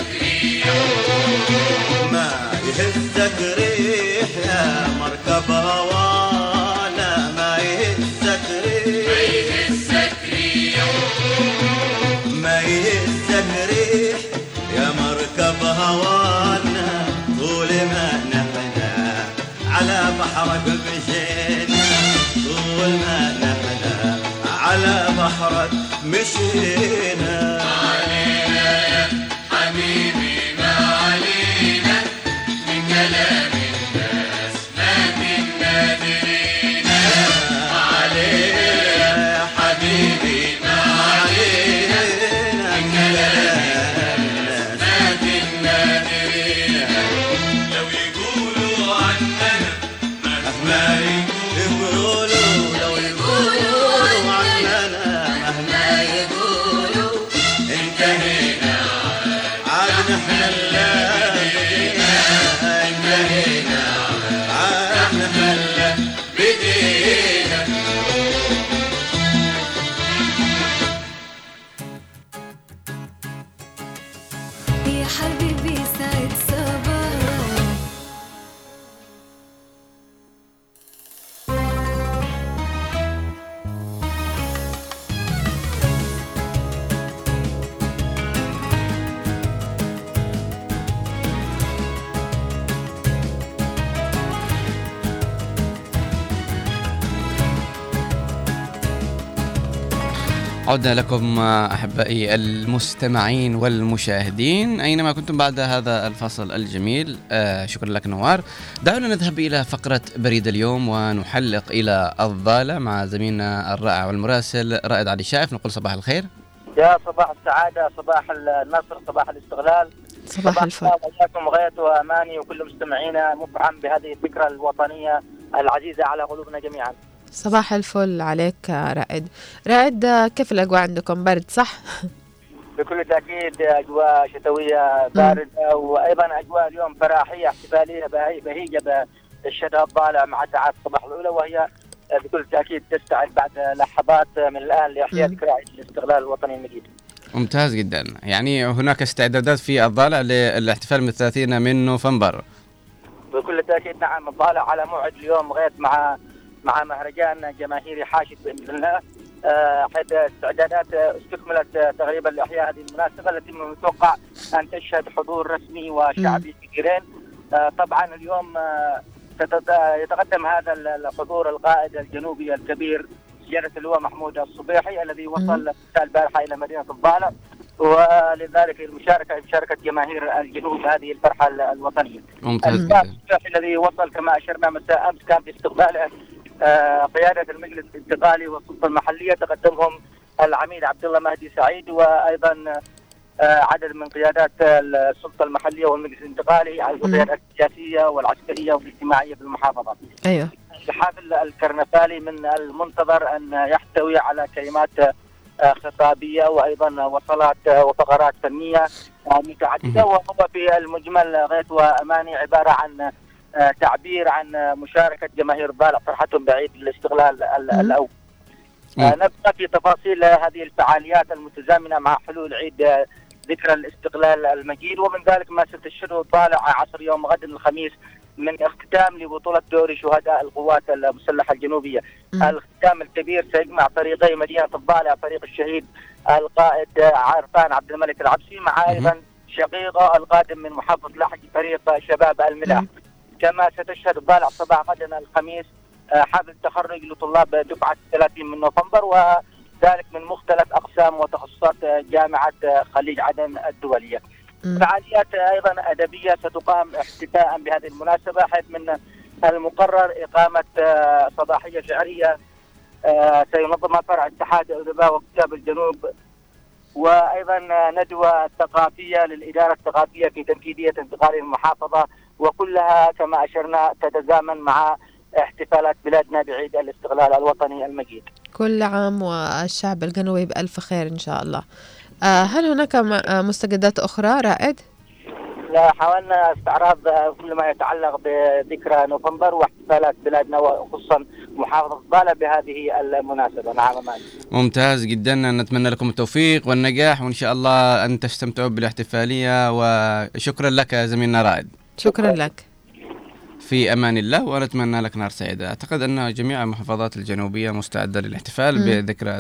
ما يهزك ريح يا مركب هوانا ما يهزك ريح ما يهزك ريح يا مركب هوانا طول ما نحنا على بحرك مشينا طول ما نحنا على بحرك مشينا علينا يا حبيبي ما علينا من كلام الناس ما كنا درينا علينا يا حبيبي ما علينا من كلام الناس ما كنا درينا لو يقولوا عننا مهما يقولوا لو يقولوا عننا مهما يقولوا عدنا لكم أحبائي المستمعين والمشاهدين أينما كنتم بعد هذا الفصل الجميل. شكرا لك نوار. دعونا نذهب إلى فقرة بريد اليوم ونحلق إلى الضالع مع زميلنا الرائع والمراسل رائد علي شائف. نقول صباح الخير. يا صباح السعادة، صباح النصر، صباح الاستغلال، صباح الفل. وإياكم غاية وأماني وكل مستمعينا مفعم بهذه الذكرى الوطنية العزيزة على قلوبنا جميعا. صباح الفل عليك رائد. رائد، كيف الأجواء عندكم؟ برد صح؟ بكل تأكيد أجواء شتوية باردة، وأيضا أجواء اليوم فراحية احتفالية بهيجة بالشتاء الضالع مع ساعات الصباح الأولى، وهي بكل تأكيد تستعد بعد لحظات من الآن لإحياء ذكرى عيد الاستقلال الوطني المجيد. ممتاز جدا. يعني هناك استعدادات في الضالع للاحتفال من 30 من نوفمبر. بكل تأكيد نعم، الضالع على موعد اليوم غاية مع مهرجان جماهيري حاشد بإذن الله، حيث استعدادات استكملت تقريبا لإحياء هذه المناسبة التي من المتوقع أن تشهد حضور رسمي وشعبي كبيرين. طبعا اليوم يتقدم هذا الحضور القائد الجنوبي الكبير سيادة اللواء محمود الصبيحي الذي وصل البارحة إلى مدينة الضالع، ولذلك مشاركة جماهير الجنوب هذه الفرحة الوطنية. ممتاز. الذي وصل كما أشرنا مساء أمس كان في استقباله قيادة المجلس الانتقالي والسلطة المحلية، تقدمهم العميد عبد الله مهدي سعيد، وأيضا عدد من قيادات السلطة المحلية والمجلس الانتقالي، القيادات السياسية والعسكرية والاجتماعية في المحافظة. أيوه. الحفل الكرنفالي من المنتظر أن يحتوي على كلمات خطابية وأيضا وصلات وفقرات فنية متعددة، وهو في المجمل غاية وأماني عبارة عن تعبير عن مشاركة جماهير الضالع فرحتهم بعيد الاستقلال الأول. نبقى في تفاصيل هذه الفعاليات المتزامنة مع حلول عيد ذكرى الاستقلال المجيد، ومن ذلك ما ستشهده الضالع عصر يوم غد الخميس من اختتام لبطولة دوري شهداء القوات المسلحة الجنوبية. الختام الكبير سيجمع فريقي مدينة الضالع، فريق الشهيد القائد عرفان عبد الملك العبسي مع أيضا شقيقه القادم من محافظة لحج فريق شباب الملاح. كما ستشهد الضالع صباح غد الخميس حفل تخرج لطلاب دفعة 30 من نوفمبر، وذلك من مختلف أقسام وتخصصات جامعة خليج عدن الدولية. فعاليات أيضا أدبية ستقام احتفاء بهذه المناسبة، حيث من المقرر إقامة صباحية شعرية سينظمها فرع اتحاد الأدباء وكتاب الجنوب، وأيضا ندوة ثقافية للإدارة الثقافية في تنفيذية انتقال المحافظة، وكلها كما أشرنا تتزامن مع احتفالات بلادنا بعيد الاستقلال الوطني المجيد. كل عام والشعب الجنوبي بألف خير إن شاء الله. هل هناك مستجدات أخرى رائد؟ لا، حاولنا استعراض كل ما يتعلق بذكرى نوفمبر واحتفالات بلادنا وخصوصا محافظة الضالع بهذه المناسبة. نعم. ممتاز جدا. نتمنى لكم التوفيق والنجاح، وإن شاء الله أن تستمتعوا بالاحتفالية، وشكرا لك زميلنا رائد. شكرا لك. في أمان الله، ونتمنى لك نهار سعيد. أعتقد أن جميع المحافظات الجنوبية مستعدة للاحتفال بذكرى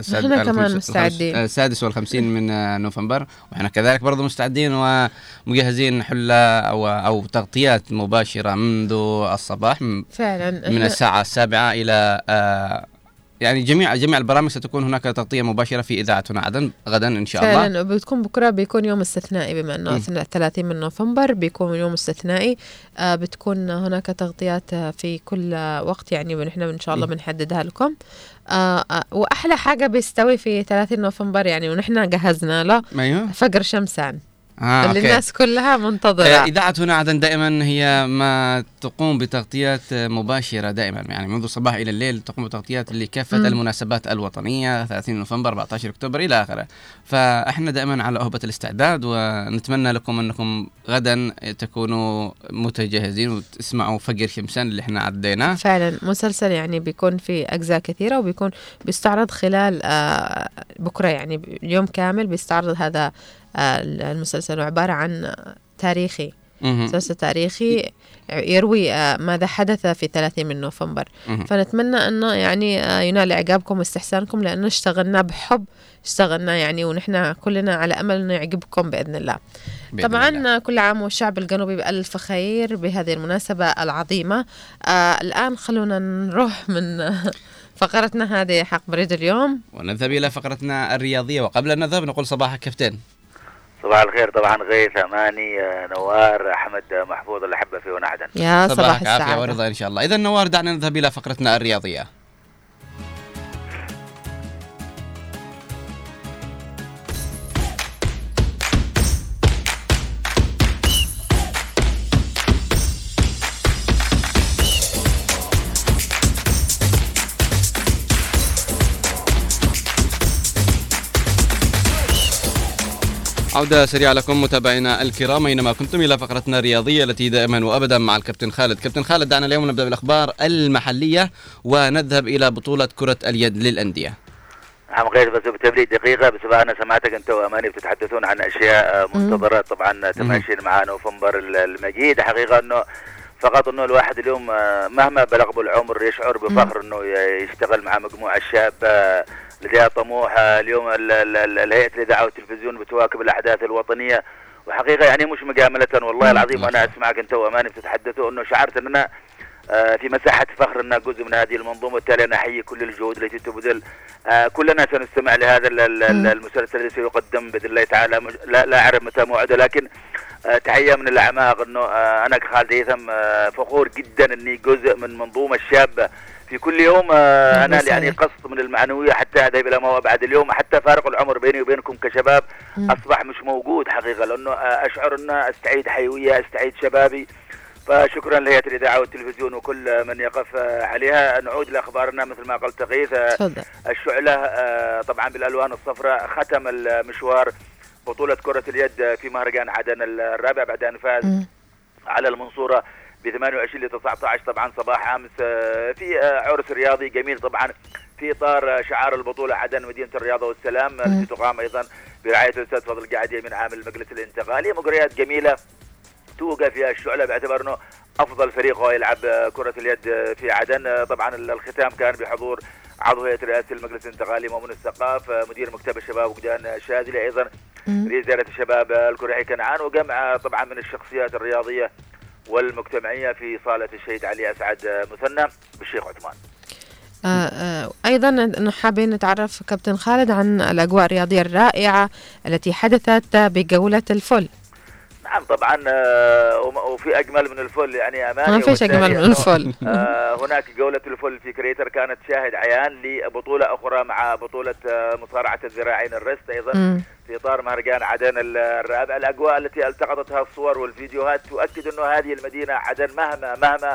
السادس والخمسين من نوفمبر، وإحنا كذلك برضو مستعدين ومجهزين حلة أو تغطيات مباشرة منذ الصباح فعلا من الساعة 7 إلى يعني جميع البرامج ستكون هناك تغطية مباشرة في إذاعتنا غدا إن شاء الله. فعلا بتكون بكرة بيكون يوم استثنائي، بما أنه 30 من نوفمبر بيكون يوم استثنائي. بتكون هناك تغطيات في كل وقت يعني، ونحن إن شاء الله بنحددها لكم. وأحلى حاجة بيستوي في 30 نوفمبر يعني، ونحن جهزنا له فجر شمسان اللي الناس كلها منتظرة. إذاعة هنا عدن دائما هي ما تقوم بتغطيات مباشرة دائما، يعني منذ الصباح إلى الليل تقوم بتغطيات لكافة المناسبات الوطنية، 30 نوفمبر، 14 أكتوبر إلى آخره. فإحنا دائما على أهبة الاستعداد، ونتمنى لكم أنكم غدا تكونوا متجهزين وتسمعوا فجر شمسان اللي إحنا عديناه. فعلا مسلسل يعني بيكون في أجزاء كثيرة، وبيكون بيستعرض خلال بكرة يعني يوم كامل بيستعرض هذا المسلسل، عبارة عن تاريخي، مسلسل تاريخي يروي ماذا حدث في 30 من نوفمبر. فنتمنى أنه يعني ينال إعجابكم واستحسانكم، لأنه اشتغلنا بحب، اشتغلنا يعني، ونحن كلنا على أمل أنه يعجبكم بإذن الله. طبعا كل عام والشعب الجنوبي بألف خير بهذه المناسبة العظيمة. الآن خلونا نروح من فقرتنا هذه حق بريد اليوم، ونذهب إلى فقرتنا الرياضية. وقبل أن نذهب نقول صباحك كابتن. صباح الخير طبعا غيث أماني نوار أحمد محفوظ الأحبة في ونعدن. يا صباح صباحك عافية السعادة. ورضا إن شاء الله. إذا نوار دعنا نذهب إلى فقرتنا الرياضية. عودة سريعة لكم متابعينا الكرام أينما كنتم إلى فقرتنا الرياضية التي دائما وأبدا مع الكابتن خالد. كابتن خالد، دعنا اليوم نبدأ بالأخبار المحلية ونذهب إلى بطولة كرة اليد للأندية. نعم غير بس بتبلي دقيقة، بس أنا سمعتك أنت وأماني بتتحدثون عن أشياء منتظرة طبعا تماشين مع نوفمبر المجيد. حقيقة أنه فقط أنه الواحد اليوم مهما بلغ بالعمر يشعر بفخر أنه يشتغل مع مجموعة شاب لديها طموح. اليوم الهيئة الإذاعة والتلفزيون بتواكب الأحداث الوطنية، وحقيقة يعني مش مجاملة والله العظيم وأنا أسمعك أنت وأماني بتتحدثوا أنه شعرت أن أنا في مساحة فخر أنها جزء من هذه المنظومة. وبالتالي أنا أحيي كل الجهود التي تبذل. كلنا سنستمع لهذا المسلسل الذي سيقدم بإذن الله تعالى. لا أعرف متى موعده، لكن تحية من الأعماق أنه أنا كخالد هيثم فخور جدا أني جزء من منظومة شابة. في كل يوم أنا يعني قصد من المعنوية حتى أذهب إلى ما هو بعد اليوم. حتى فارق العمر بيني وبينكم كشباب أصبح مش موجود حقيقة، لأنه أشعر أن أستعيد حيوية، أستعيد شبابي. فشكرا لهيئة الإذاعة والتلفزيون وكل من يقف عليها. نعود لأخبارنا مثل ما قلت غيث. الشعلة طبعا بالألوان الصفراء ختم المشوار بطولة كرة اليد في مهرجان عدن الرابع بعد أن فاز على المنصورة ب 28 ل 19 طبعا صباح أمس في عرس رياضي جميل طبعا في إطار شعار البطولة عدن مدينة الرياضة والسلام التي تقام أيضا برعاية الأستاذ فضل القعدي من عامل المجلس الانتقالي. مجريات جميلة توقع فيها الشعلة باعتبار أنه أفضل فريق هو يلعب كرة اليد في عدن. طبعا الختام كان بحضور عضو هيئة رئاسة المجلس الانتقالي مؤمن الثقاف، مدير مكتب الشباب وجدان شاذلي، أيضا رئيس دائرة الشباب الكرهي كنعان، وجمع طبعا من الشخصيات الرياضية والمجتمعية في صالة الشهيد علي أسعد مثنى بالشيخ عثمان. أيضا نحن حابين نتعرف كابتن خالد عن الأجواء الرياضية الرائعة التي حدثت بجولة الفل. نعم طبعا وفي أجمل من الفل يعني أماني، ما فيش أجمل من الفل. هناك جولة الفل في كريتر كانت شاهد عيان لبطولة أخرى مع بطولة مصارعة الذراعين الرست أيضا في إطار مهرجان عدن الرابع. الأجواء التي التقطتها الصور والفيديوهات تؤكد أنه هذه المدينة عدن مهما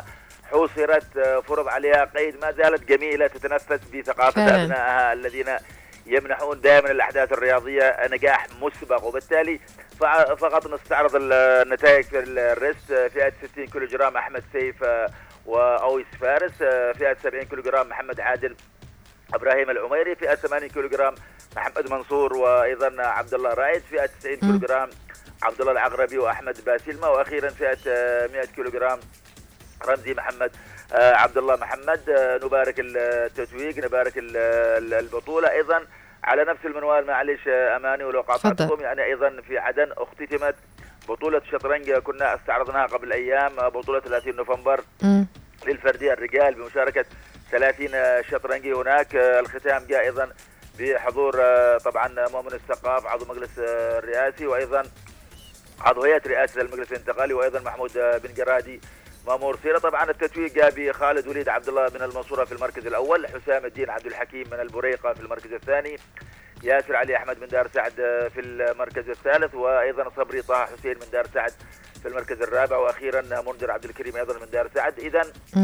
حوصرت فرض عليها قيد ما زالت جميلة، تتنفس بثقافة أبنائها الذين يمنحون دائما الأحداث الرياضية نجاح مسبق. وبالتالي فقط نستعرض النتائج في الرست. فئة 60 كيلوغرام أحمد سيف وأويس فارس، فئة 70 كيلوغرام محمد عادل إبراهيم العميري، فئة 80 كيلوغرام محمد منصور وأيضا عبد الله رايد، فئة 90 كيلوغرام عبد الله العقربي وأحمد باسلمة، وأخيرا فئة 100 كيلوغرام رمزي محمد عبد الله محمد. نبارك التتويج، نبارك البطولة. أيضا على نفس المنوال معلش أماني ولو قاطعتكم يعني أيضا في عدن اختتمت بطولة شطرنج كنا استعرضناها قبل أيام، بطولة 30 نوفمبر للفردي الرجال بمشاركة 30 شطرنجي. هناك الختام جاء أيضا بحضور طبعا مؤمن الثقاف عضو مجلس الرئاسي وأيضا عضو هيئة رئاسة المجلس الانتقالي وأيضا محمود بن جرادي مامور سيرة. طبعا التتويج جاء بخالد وليد عبد الله من المنصورة في المركز الأول، حسام الدين عبد الحكيم من البريقة في المركز الثاني، ياسر علي أحمد من دار سعد في المركز الثالث، وأيضا صبري طه حسين من دار سعد في المركز الرابع، وأخيرا منذر عبد الكريم أيضا من دار سعد. إذا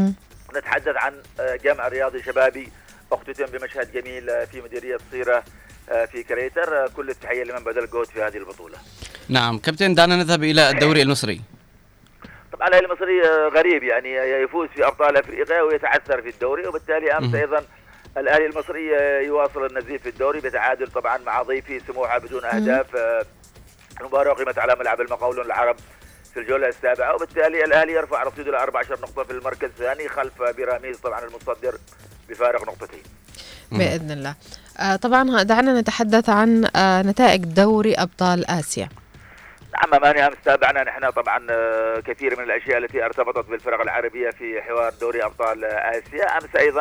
نتحدث عن جمع رياضي شبابي اختتم بمشهد جميل في مديرية صيرة في كريتر. كل التحية لمن بذل جهد في هذه البطولة. نعم كابتن، دعنا نذهب إلى الدوري المصري. طبعا الأهلي المصري غريب يعني يفوز في أبطال أفريقيا ويتعثر في الدوري، وبالتالي أمس أيضا الأهلي المصري يواصل النزيف في الدوري بتعادل طبعا مع ضيفي سموحة بدون أهداف. المباراة قيمت على ملعب المقاولون العرب في الجولة السابعة، وبالتالي الأهلي يرفع رصيده إلى 14 نقطة في المركز الثاني خلف بيراميدز طبعا المتصدر بفارق نقطتين بإذن الله. طبعا دعنا نتحدث عن نتائج دوري أبطال آسيا. نعم أماني، أمس تابعنا نحن طبعا كثير من الأشياء التي ارتبطت بالفرق العربية في حوار دوري أبطال آسيا. أمس أيضا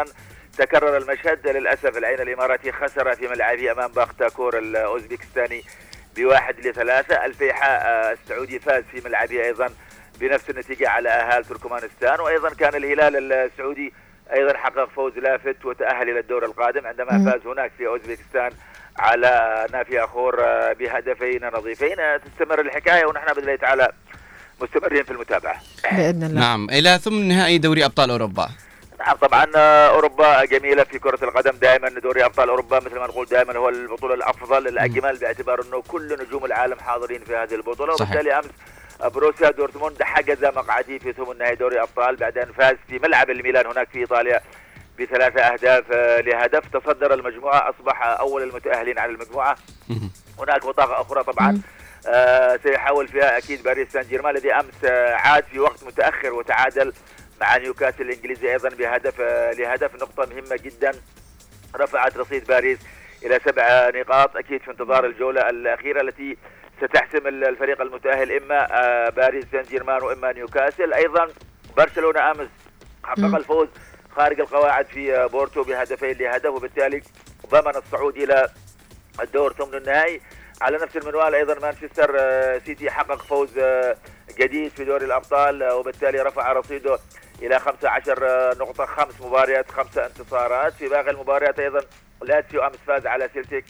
تكرر المشهد للأسف. العين الإماراتي خسر في ملعبه أمام باختاكور الأوزبكستاني ب1-3. الفيحاء السعودي فاز في ملعبه أيضا بنفس النتيجة على أهال تركمانستان. وأيضا كان الهلال السعودي أيضا حقق فوز لافت وتأهل إلى الدور القادم عندما فاز هناك في أوزبكستان على نافي أخور بهدفين نظيفين. تستمر الحكاية ونحن بإذن الله تعالى مستمرين في المتابعة بإذن الله. نعم، إلى ثمن نهائي دوري أبطال أوروبا. نعم طبعا أوروبا جميلة في كرة القدم. دائما دوري أبطال أوروبا مثل ما نقول دائما هو البطولة الأفضل الأجمل، باعتبار أنه كل نجوم العالم حاضرين في هذه البطولة. وبالتالي أمس بروسيا دورتموند حجز مقعدي في ثمن نهائي دوري أبطال بعد أن فاز في ملعب الميلان هناك في إيطاليا ب3 أهداف لهدف. تصدر المجموعة، أصبح أول المتأهلين على المجموعة. هناك بطاقة أخرى طبعا سيحاول فيها أكيد باريس سان جيرمان الذي أمس عاد في وقت متأخر وتعادل مع نيوكاسل الإنجليزي أيضا بهدف لهدف. نقطة مهمة جدا رفعت رصيد باريس إلى 7 نقاط. أكيد في انتظار الجولة الأخيرة التي ستحسم الفريق المتأهل إما باريس سان جيرمان وإما نيوكاسل. أيضا برشلونة أمس حقق الفوز خارج القواعد في بورتو بهدفين لهدف، وبالتالي ضمن الصعود إلى الدور ثمن النهائي. على نفس المنوال أيضا مانشستر سيتي حقق فوز جديد في دوري الأبطال، وبالتالي رفع رصيده إلى 15 نقطة، 5 مباريات 5 انتصارات. في باقي المباريات أيضا لاتسيو أمس فاز على سيلتيك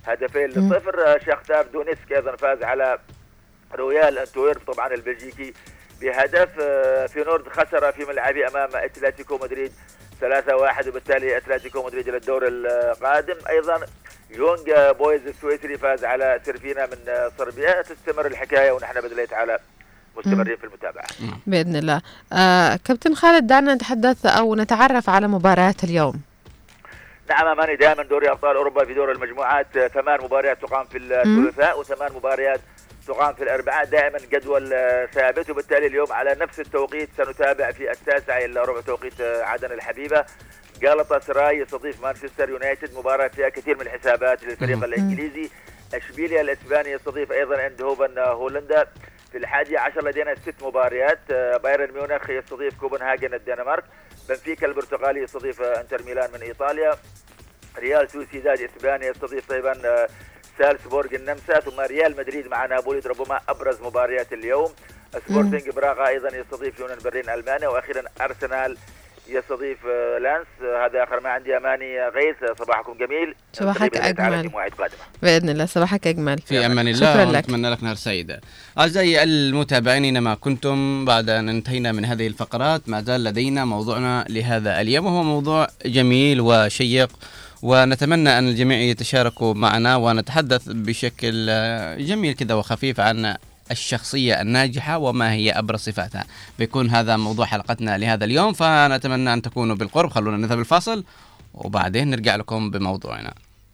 2-0. شاختار دونيسك أيضا فاز على رويال أنتويرب طبعا البلجيكي بهدف. فينورد خسر في ملعبه أمام أتلتيكو مدريد 3-1، وبالتالي أتلتيكو مدريد إلى الدور القادم. أيضا يونغ بويز السويسري فاز على سيرفينا من صربيا. تستمر الحكاية ونحن بإذن الله تعالى مستمرين في المتابعة بإذن الله. كابتن خالد، دعنا نتحدث أو نتعرف على مباريات اليوم. نعم أماني، دائما دوري أبطال أوروبا في دور المجموعات 8 مباريات تقام في الثلاثاء و8 مباريات تقام في الأربعاء. دائما جدول ثابت، وبالتالي اليوم على نفس التوقيت سنتابع في 9:15 توقيت عدن الحبيبة غالطا سراي يستضيف مانشستر يونايتد، مباراة فيها كثير من الحسابات للفريق الإنجليزي. أشبيليا الإسباني يستضيف أيضا اندهوفن هولندا. في 11 لدينا 6 مباريات. بايرن ميونخ يستضيف كوبنهاجن الدنمارك. بنفيكا البرتغالي يستضيف انتر ميلان من إيطاليا. ريال سوسيداد إسبانيا يستضيف أيضا سالزبورغ النمسا. ثم ريال مدريد مع نابولي ربما أبرز مباريات اليوم. سبورتينغ براغا أيضا يستضيف يونان برلين ألمانيا. وأخيرا أرسنال يستضيف لانس. هذا آخر ما عندي. أماني غيث، صباحكم جميل. صباحك أجمل قادمة بإذن الله. صباحك أجمل في أمان الله، ونتمنى لك نهار سعيدة. أعزائي المتابعين أينما كنتم، بعد أن انتهينا من هذه الفقرات ما زال لدينا موضوعنا لهذا اليوم، وهو موضوع جميل وشيق، ونتمنى أن الجميع يتشاركوا معنا ونتحدث بشكل جميل كذا وخفيف عن الشخصية الناجحة وما هي أبرز صفاتها. بيكون هذا موضوع حلقتنا لهذا اليوم، فنتمنى أن تكونوا بالقرب. خلونا نذهب الفاصل وبعدين نرجع لكم بموضوعنا.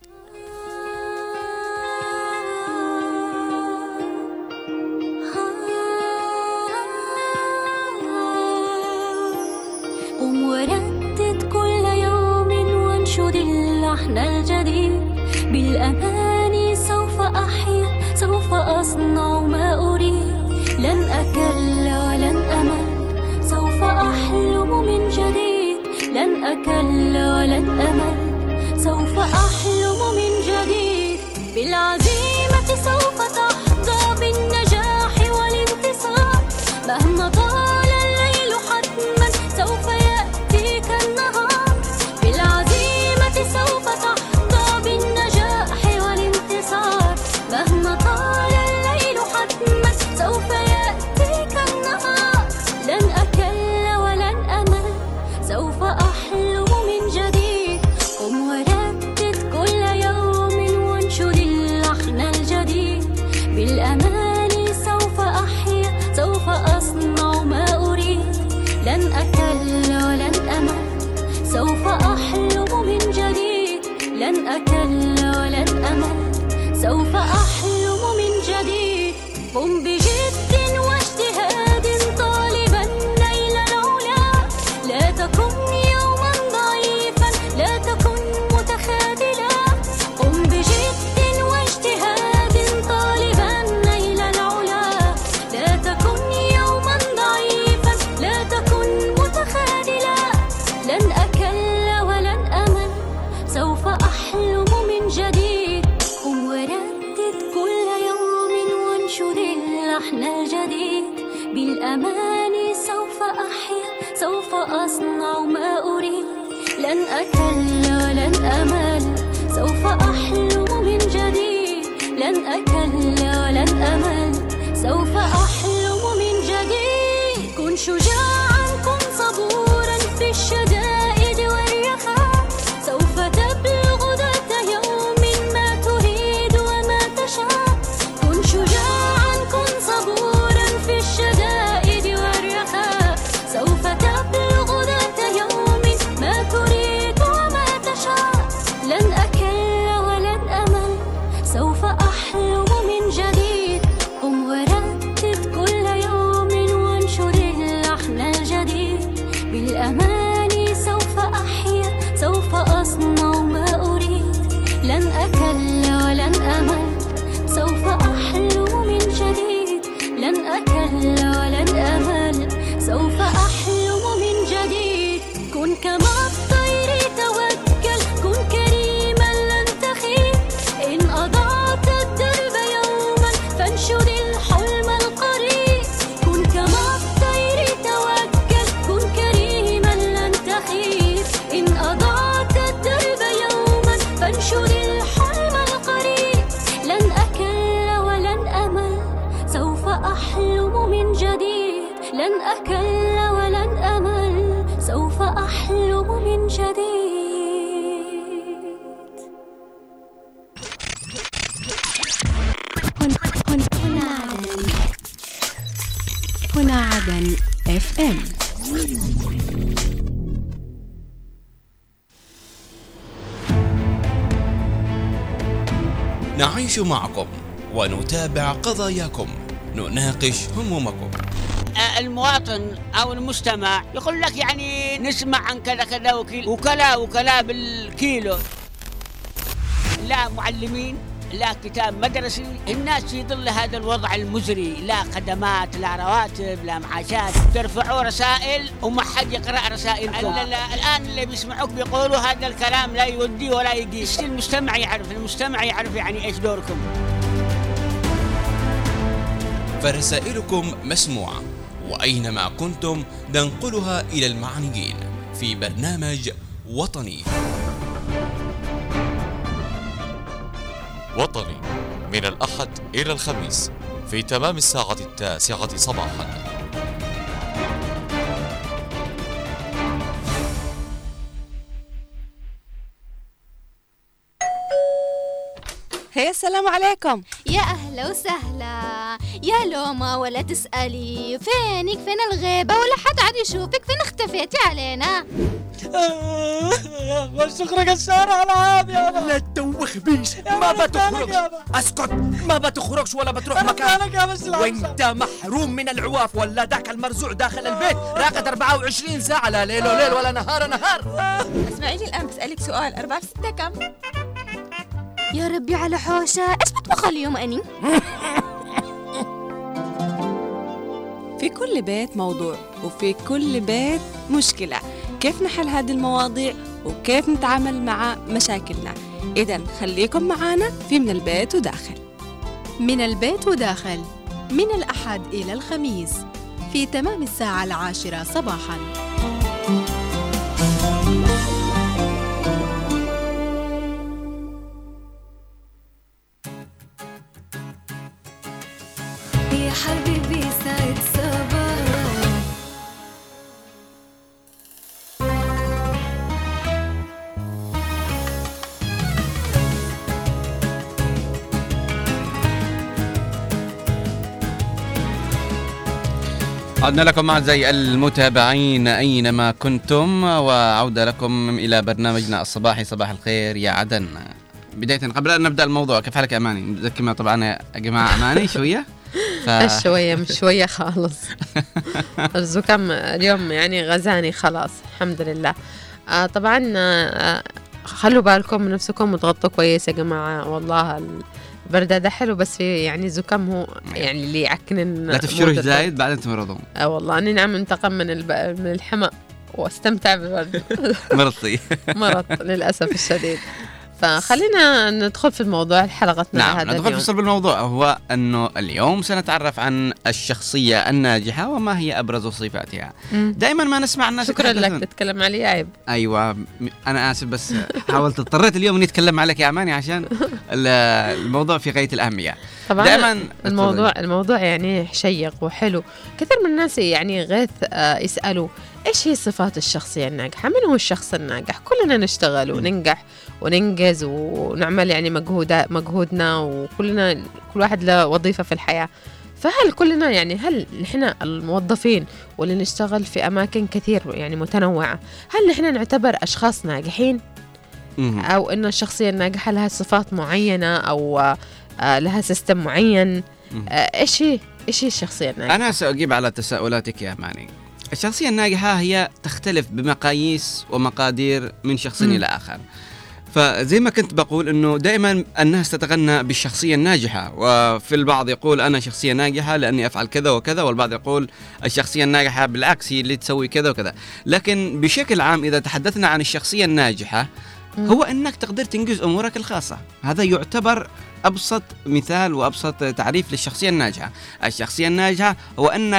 قم وردد كل يوم وانشد اللحن الجديد. بالأماني سوف أحيا، سوف أصنع ما أريد. لن أكل ولن أمل، سوف أحلم من جديد. لن أكل ولن أمل، سوف أحلم من جديد. بالعزيمة سوف تحظى بالنجاح والانتصار. مهما طال الليل حتما سوف يأتيك النهار. بالعزيمة سوف تحظى بالنجاح والانتصار. مهما طال الليل حتما سوف يأتيك النهار. لن أكل ولن أمل، سوف أحلم من جديد. قم وردد كل يوم وانشد اللحن الجديد. بالأماني سوف أحيا، سوف أصنع ما أريد. لن أكل ولن أمل، سوف أحلم من جديد. لن أكل ولن أمل، سوف أحلم من جديد. قم بجد واجتهاد طالبا نيل العلا. لا تكن يوما ضعيفا، لا تكن متخاذلا. قم بجد واجتهاد طالبا نيل العلا. لا تكن يوما ضعيفا، لا تكن متخاذلا. لن أكل ولن بالأماني سوف أحيا، سوف أصنع ما أريد، لن أكل ولن أمل، سوف أحلم من جديد، لن أكل ولن أمل، سوف أحلم من جديد. كن شجاعا، كن صبورا في الشدائد والرخاء، سوف تبلغ ذات يوم ما تريد وما تشاء. كن شجاعا، كن صبورا في الشدائد والرخاء، سوف تبلغ ذات يوم ما تريد وما تشاء. لن أكل ولن أمل، سوف أحلم من جديد. قم ورتب كل يوم وانشر اللحن الجديد. بالأماني سوف أحيا، سوف أصنع ما أريد، لن أكل ولن أمل، سوف أحلم من جديد، لن أكل ولن أمل، سوف أحلم من جديد. كن كما الطير توكل، كن كريما لن تخيب، إن أضعت الدرب يوما فانشد الحلم القريب. كن كما الطير توكل، كن كريما لن تخيب، إن أضعت الدرب يوما فانشد الحلم القريب. لن أكل ولن أمل، سوف أحلم من جديد، لن أكل ولن أمل، سوف أحلم من جديد. هنا عدن FM. نعيش معكم ونتابع قضاياكم، نناقش همومكم. المواطن أو المستمع يقول لك يعني نسمع عن كذا كذا وكلا بالكيلو، لا معلمين، لا كتاب مدرسي، الناس في ظل هذا الوضع المزري، لا خدمات، لا رواتب، لا معاشات، ترفعوا رسائل وما حد يقرأ رسائلكم. الآن اللي بيسمعوك بيقولوا هذا الكلام لا يودي ولا يقيس. المجتمع يعرف يعني إيش دوركم. فرسائلكم مسموعة، وأينما كنتم ننقلها إلى المعنيين في برنامج وطني. وطني من الأحد إلى الخميس في تمام الساعة 9 صباحا. هيا السلام عليكم. يا أهلا وسهلا. يا لوما ولا تسألي فينك، فين الغيبة ولا حد عاد يشوفك، فين اختفيتي علينا؟ بس تخرج الشارع العاب يا بابا. لا تدوخ بيش، ما بتخرج. اسكت، ما بتخرجش ولا بتروح مكان، وانت محروم من العواف. ولا ذاك المرزوع داخل البيت راقد 24 ساعة، لا ليل وليل ولا نهار نهار. اسمعيني الآن بسألك سؤال، 4 في 6 كم؟ يا ربي على حوشة، ايش بطبخ اليوم أني؟ في كل بيت موضوع، وفي كل بيت مشكلة. كيف نحل هذه المواضيع وكيف نتعامل مع مشاكلنا؟ إذن خليكم معانا في من البيت وداخل. من البيت وداخل، من الأحد إلى الخميس في تمام الساعة 10 صباحاً. يا حبيبي سعد صباح. عدنا لكم أعزائي المتابعين أينما كنتم، وعودة لكم إلى برنامجنا الصباحي صباح الخير يا عدن. بداية قبل أن نبدأ الموضوع، كيف حالك أماني؟ متذكرنا طبعا يا جماعة أماني شوية شوية مش شوية خالص. الزكام اليوم يعني غزاني خلاص الحمد لله. طبعا خلوا بالكم من نفسكم وتغطوا كويس يا جماعة. والله البرد ده حلو، بس في يعني زكام هو يعني اللي يعكنن. لا تفشروا زايد بعدين تمرضون. والله أنا نعم انتقم من الحمى واستمتع بالبرد. مرضي مرض للأسف الشديد. فخلينا ندخل في الموضوع حلقتنا نعم، هذا ندخل اليوم. في صلب الموضوع، هو أنه اليوم سنتعرف عن الشخصية الناجحة وما هي أبرز صفاتها. دائما ما نسمع الناس شكرا لك تتكلم علي عيب. أيوة أنا آسف، بس حاولت اضطريت اليوم إني أتكلم عليك يا أماني عشان الموضوع في غاية الأهمية. طبعا دائما الموضوع يعني شيق وحلو. كثير من الناس يعني غيث يسألوا إيش هي صفات الشخصية الناجحة؟ من هو الشخص الناجح؟ كلنا نشتغل وننجح وننجز ونعمل يعني مجهودنا، وكلنا كل واحد له وظيفة في الحياة. فهل كلنا يعني هل نحن الموظفين واللي نشتغل في أماكن كثير يعني متنوعة، هل نحن نعتبر أشخاص ناجحين؟ أو إنه الشخصية الناجحة لها صفات معينة أو لها سيستم معين؟ إيش هي الشخصية الناجحة؟ أنا سأجيب على تساؤلاتك يا ماني. الشخصية الناجحة هي تختلف بمقاييس ومقادير من شخص إلى آخر. فزي ما كنت بقول إنه دائما الناس تتغنى بالشخصية الناجحة، وفي البعض يقول أنا شخصية ناجحة لأني أفعل كذا وكذا، والبعض يقول الشخصية الناجحة بالعكس هي اللي تسوي كذا وكذا. لكن بشكل عام إذا تحدثنا عن الشخصية الناجحة هو أنك تقدر تنجز أمورك الخاصة. هذا يعتبر أبسط مثال وأبسط تعريف للشخصية الناجحة. الشخصية الناجحة هو أنك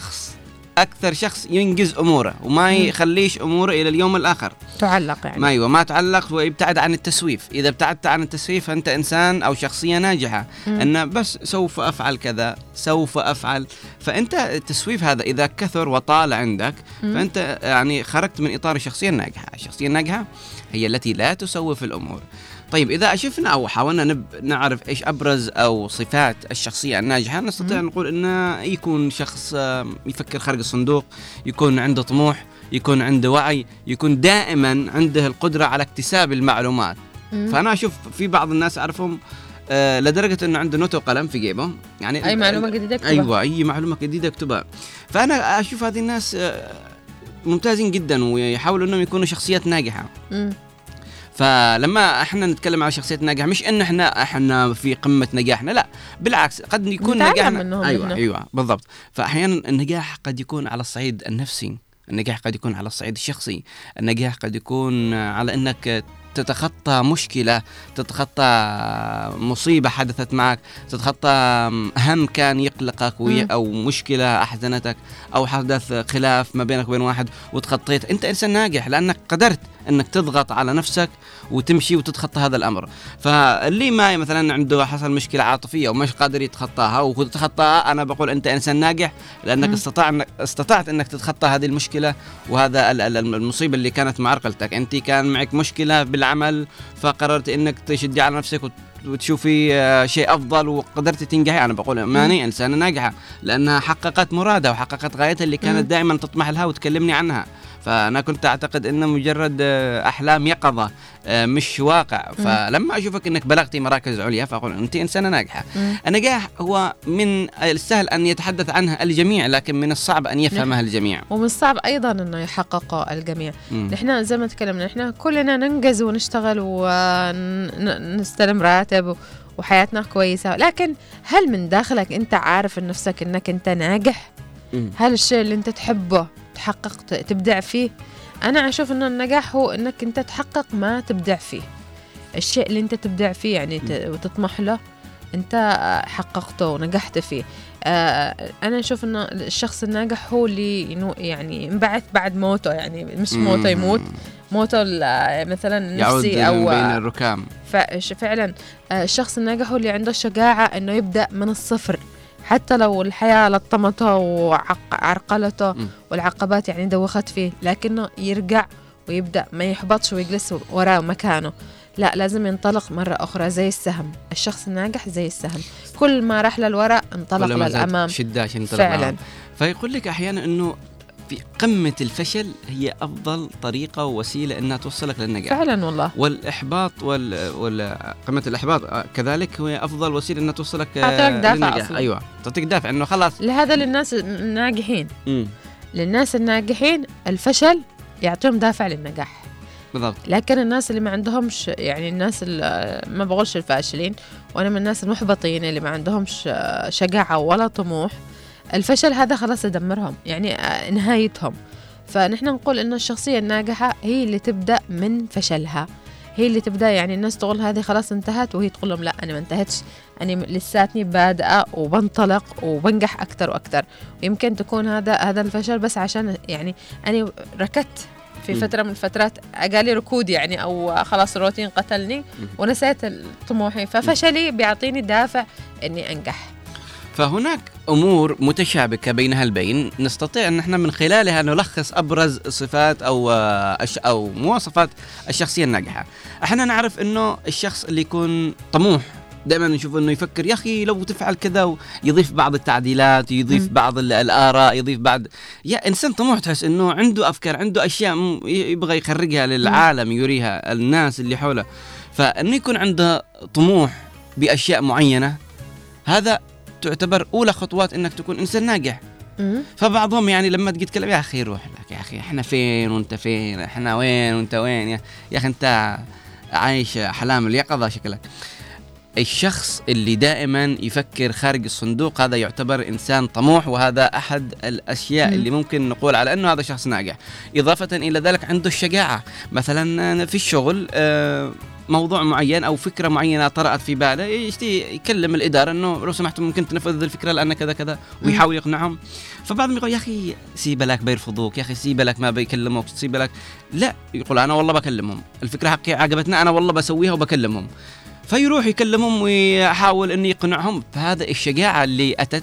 أكثر شخص ينجز أموره وما يخليش أموره إلى اليوم الآخر تعلق يعني ما تعلق ويبتعد عن التسويف. إذا ابتعدت عن التسويف فأنت إنسان أو شخصية ناجحة. أن بس سوف أفعل كذا سوف أفعل. فأنت التسويف هذا إذا كثر وطال عندك فأنت يعني خرجت من إطار الشخصية الناجحة. الشخصية الناجحة هي التي لا تسوف الأمور. طيب إذا شفنا أو حاولنا نعرف إيش أبرز أو صفات الشخصية الناجحة، نستطيع نقول إنه يكون شخص يفكر خارج الصندوق، يكون عنده طموح، يكون عنده وعي، يكون دائما عنده القدرة على اكتساب المعلومات. فأنا أشوف في بعض الناس أعرفهم لدرجة إنه عنده نوت وقلم في جيبه، يعني أي معلومة جديدة يكتبها. أيوة أي معلومة جديدة يكتبها. فأنا أشوف هذه الناس ممتازين جدا ويحاولوا إنهم يكونوا شخصيات ناجحة. فلما احنا نتكلم على شخصية ناجحة مش ان احنا في قمة نجاحنا، لا بالعكس قد يكون نجاحنا ايوه بالضبط. فاحيانا النجاح قد يكون على الصعيد النفسي، النجاح قد يكون على الصعيد الشخصي، النجاح قد يكون على انك تتخطى مشكلة، تتخطى مصيبة حدثت معك، تتخطى هم كان يقلقك أو مشكلة أحزنتك أو حدث خلاف ما بينك وبين واحد وتخطيت. أنت إنسان ناجح لأنك قدرت أنك تضغط على نفسك وتمشي وتتخطى هذا الأمر. فاللي ما مثلا عنده حصل مشكلة عاطفية ومش قادر يتخطاها وتتخطاها، أنا بقول أنت إنسان ناجح لأنك استطعت أنك تتخطى هذه المشكلة وهذا المصيبة اللي كانت معرقلتك. أنت كان معك مشكلة بالعمل فقررت أنك تشدي على نفسك وتشوفي شيء أفضل وقدرت تنجحي. أنا بقول ماني إنسانة ناجحة لأنها حققت مرادها وحققت غايتها اللي كانت دائما تطمح لها وتكلمني عنها. فأنا كنت أعتقد إنه مجرد أحلام يقظة مش واقع. فلما أشوفك إنك بلغتي مراكز عليا فأقول أنت إنسانة ناجحة. النجاح هو من السهل أن يتحدث عنها الجميع، لكن من الصعب أن يفهمها الجميع، ومن الصعب أيضا أنه يحققه الجميع. نحن زي ما تكلمنا نحن كلنا ننجز ونشتغل ونستلم راتب وحياتنا كويسة، لكن هل من داخلك أنت عارف نفسك أنك أنت ناجح؟ هل الشيء اللي أنت تحبه تحقق تبدع فيه؟ أنا أشوف أن النجاح هو أنك أنت تحقق ما تبدع فيه. الشيء اللي أنت تبدع فيه يعني وتطمح له أنت حققته ونجحت فيه. أنا أشوف أن الشخص الناجح هو اللي يعني ينبعث بعد موته، يعني مش موته يموت، موته مثلا نفسي أو بين الركام. فعلا الشخص الناجح هو اللي عنده الشجاعة أنه يبدأ من الصفر، حتى لو الحياة لطمته وعرقلته والعقبات يعني دوخت فيه، لكنه يرجع ويبدأ ما يحبطش ويجلس وراء مكانه، لا لازم ينطلق مرة أخرى زي السهم. الشخص الناجح زي السهم، كل ما راح للوراء انطلق للأمام فعلا. فيقول لك أحيانا أنه في قمة الفشل هي أفضل طريقة ووسيلة أنها توصلك للنجاح فعلا والله. والإحباط قمة الإحباط كذلك هي أفضل وسيلة أنها توصلك للنجاح. أيوة تعطيك دافع أنه خلاص. لهذا للناس الناجحين للناس الناجحين الفشل يعطيهم دافع للنجاح بالضبط. لكن الناس اللي ما عندهمش، يعني الناس اللي ما بقولش الفاشلين، وأنا من الناس المحبطين اللي ما عندهمش شجاعة ولا طموح، الفشل هذا خلاص يدمرهم، يعني نهايتهم. فنحن نقول إنه الشخصية الناجحة هي اللي تبدأ من فشلها، هي اللي تبدأ يعني الناس تقول هذه خلاص انتهت، وهي تقول لهم لا أنا ما انتهتش، أنا لساتني بادئة وبنطلق وبنجح أكتر وأكتر. ويمكن تكون هذا الفشل بس عشان يعني أنا ركضت في فترة من الفترات، أقالي ركود يعني، أو خلاص الروتين قتلني ونسيت طموحي، ففشلي بيعطيني دافع إني أنجح. فهناك أمور متشابكة بينها البين نستطيع أن احنا من خلالها نلخص أبرز صفات أو مواصفات الشخصية الناجحة. احنا نعرف أنه الشخص اللي يكون طموح دائما نشوف أنه يفكر يا أخي لو تفعل كذا، ويضيف بعض التعديلات، يضيف بعض الآراء، يضيف بعض. يا إنسان طموح تحس أنه عنده أفكار، عنده أشياء يبغى يخرجها للعالم، يريها الناس اللي حوله. فأنه يكون عنده طموح بأشياء معينة، هذا تعتبر أولى خطوات إنك تكون إنسان ناجح. فبعضهم يعني لما تجي تكلم يا أخي روح لك، يا أخي إحنا فين وأنت فين، إحنا وين وأنت وين، يا أخي أنت عايش حلام اليقظة شكلك. الشخص اللي دائما يفكر خارج الصندوق هذا يعتبر إنسان طموح، وهذا أحد الأشياء اللي ممكن نقول على أنه هذا شخص ناجح. إضافة إلى ذلك عنده الشجاعة، مثلا في الشغل موضوع معين أو فكرة معينة طرأت في باله، يكلم الإدارة أنه لو سمحتم ممكن تنفذ الفكرة لأن كذا كذا، ويحاول يقنعهم. فبعضهم يقول يا أخي سيب لك بيرفضوك، يا أخي سيب لك ما بيكلموك، سيب لك. لا، يقول أنا والله بكلمهم، الفكرة حقي عجبتنا أنا والله بسويها وبكلمهم. فيروح يكلمهم ويحاول أن يقنعهم. فهذا الشجاعة اللي أتت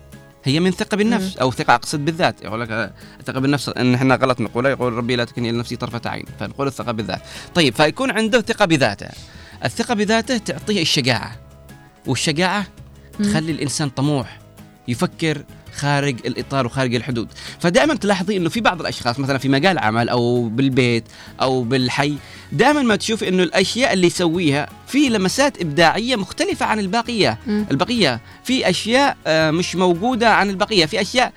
هي من ثقة بالنفس، أو ثقة أقصد بالذات. يقول لك ثقة بالنفس إن إحنا غلط نقولها، يقول ربي لا تكلني لنفسي طرفة عين، فنقول الثقة بالذات. طيب، فيكون عنده ثقة بذاته. الثقة بذاته تعطيه الشجاعة، والشجاعة تخلي الإنسان طموح، يفكر خارج الإطار وخارج الحدود. فدائما تلاحظي إنه في بعض الأشخاص مثلا في مجال عمل أو بالبيت أو بالحي، دائما ما تشوف إنه الأشياء اللي يسويها في لمسات إبداعية مختلفة عن البقية. البقية في أشياء مش موجودة عن البقية، في أشياء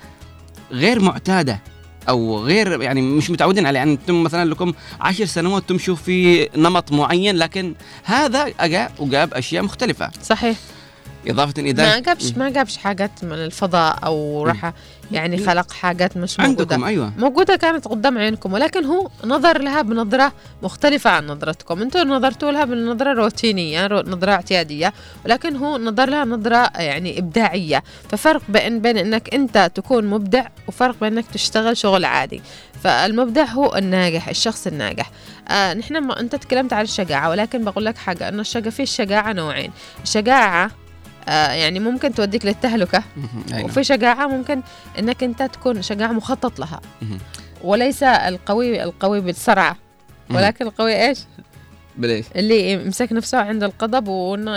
غير معتادة أو غير يعني مش متعودين عليه. يعني أنتم مثلا لكم 10 سنوات تمشوا في نمط معين، لكن هذا أجا وجاب أشياء مختلفة. صحيح. إضافة إلى ما جابش حاجات من الفضاء أو راح يعني خلق حاجات مش موجودة عندكم. أيوة. موجودة كانت قدام عينكم، ولكن هو نظر لها بنظرة مختلفة عن نظرتكم. أنتم نظرتوا لها بنظرة روتينية، نظرة اعتيادية، ولكن هو نظر لها نظرة يعني إبداعية. ففرق بين إنك أنت تكون مبدع، وفرق بين إنك تشتغل شغل عادي. فالمبدع هو الناجح، الشخص الناجح. نحن أنت تكلمت عن الشجاعة، ولكن بقول لك حاجة، إنه في الشجاعة نوعين. الشجاعة يعني ممكن توديك للتهلكة، وفي شجاعة ممكن انك انت تكون شجاعة مخطط لها، وليس القوي بالسرعة، ولكن القوي ايش؟ بليش؟ اللي يمسك نفسه عند القضب، وانه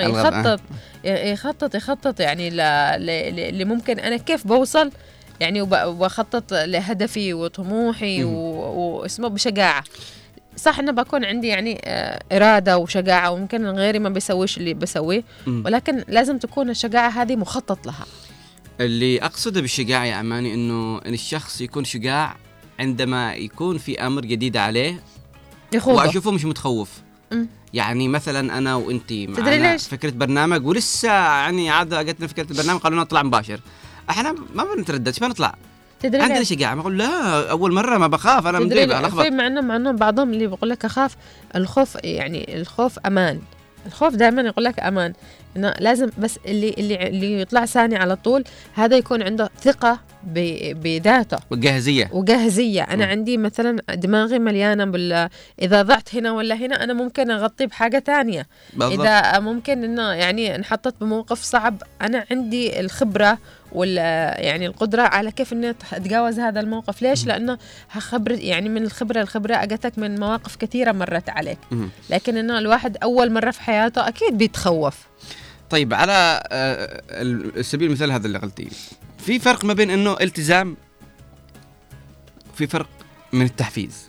يخطط يعني اللي ممكن انا كيف بوصل يعني، وبخطط لهدفي وطموحي واسمه بشجاعة. صح أنا بكون عندي يعني إرادة وشجاعة، وممكن غيري ما بيسويش اللي بسويه، ولكن لازم تكون الشجاعة هذه مخطط لها. اللي أقصده بالشجاعة يا أماني إنه إن الشخص يكون شجاع عندما يكون في أمر جديد عليه وأشوفه مش متخوف. يعني مثلا أنا وإنتي معنا فكرة برنامج، ولسه يعني عاد أجتنا فكرة البرنامج، قالوا نطلع مباشر، إحنا ما بنترددش بنطلع. عندنا شجاعة، ما أقول لا أول مرة ما بخاف، أنا مدرب ألخبط. في معنا بعضهم اللي بيقول لك أخاف. الخوف يعني الخوف أمان، الخوف دائما يقول لك أمان، إنه لازم بس اللي يطلع ثاني على طول، هذا يكون عنده ثقة بذاته وجاهزية. أنا عندي مثلا دماغي مليانة إذا ضعت هنا ولا هنا أنا ممكن أغطي بحاجة تانية بالضبط. إذا ممكن إنه يعني انحطت بموقف صعب، أنا عندي الخبرة يعني القدرة على كيف إني أتجاوز هذا الموقف. ليش؟ لأنه يعني من الخبرة أجتك من مواقف كثيرة مرت عليك. لكن إنه الواحد أول مرة في حياته أكيد بيتخوف. طيب، على سبيل المثال هذا اللي قلتيه، في فرق ما بين إنه التزام، في فرق من التحفيز.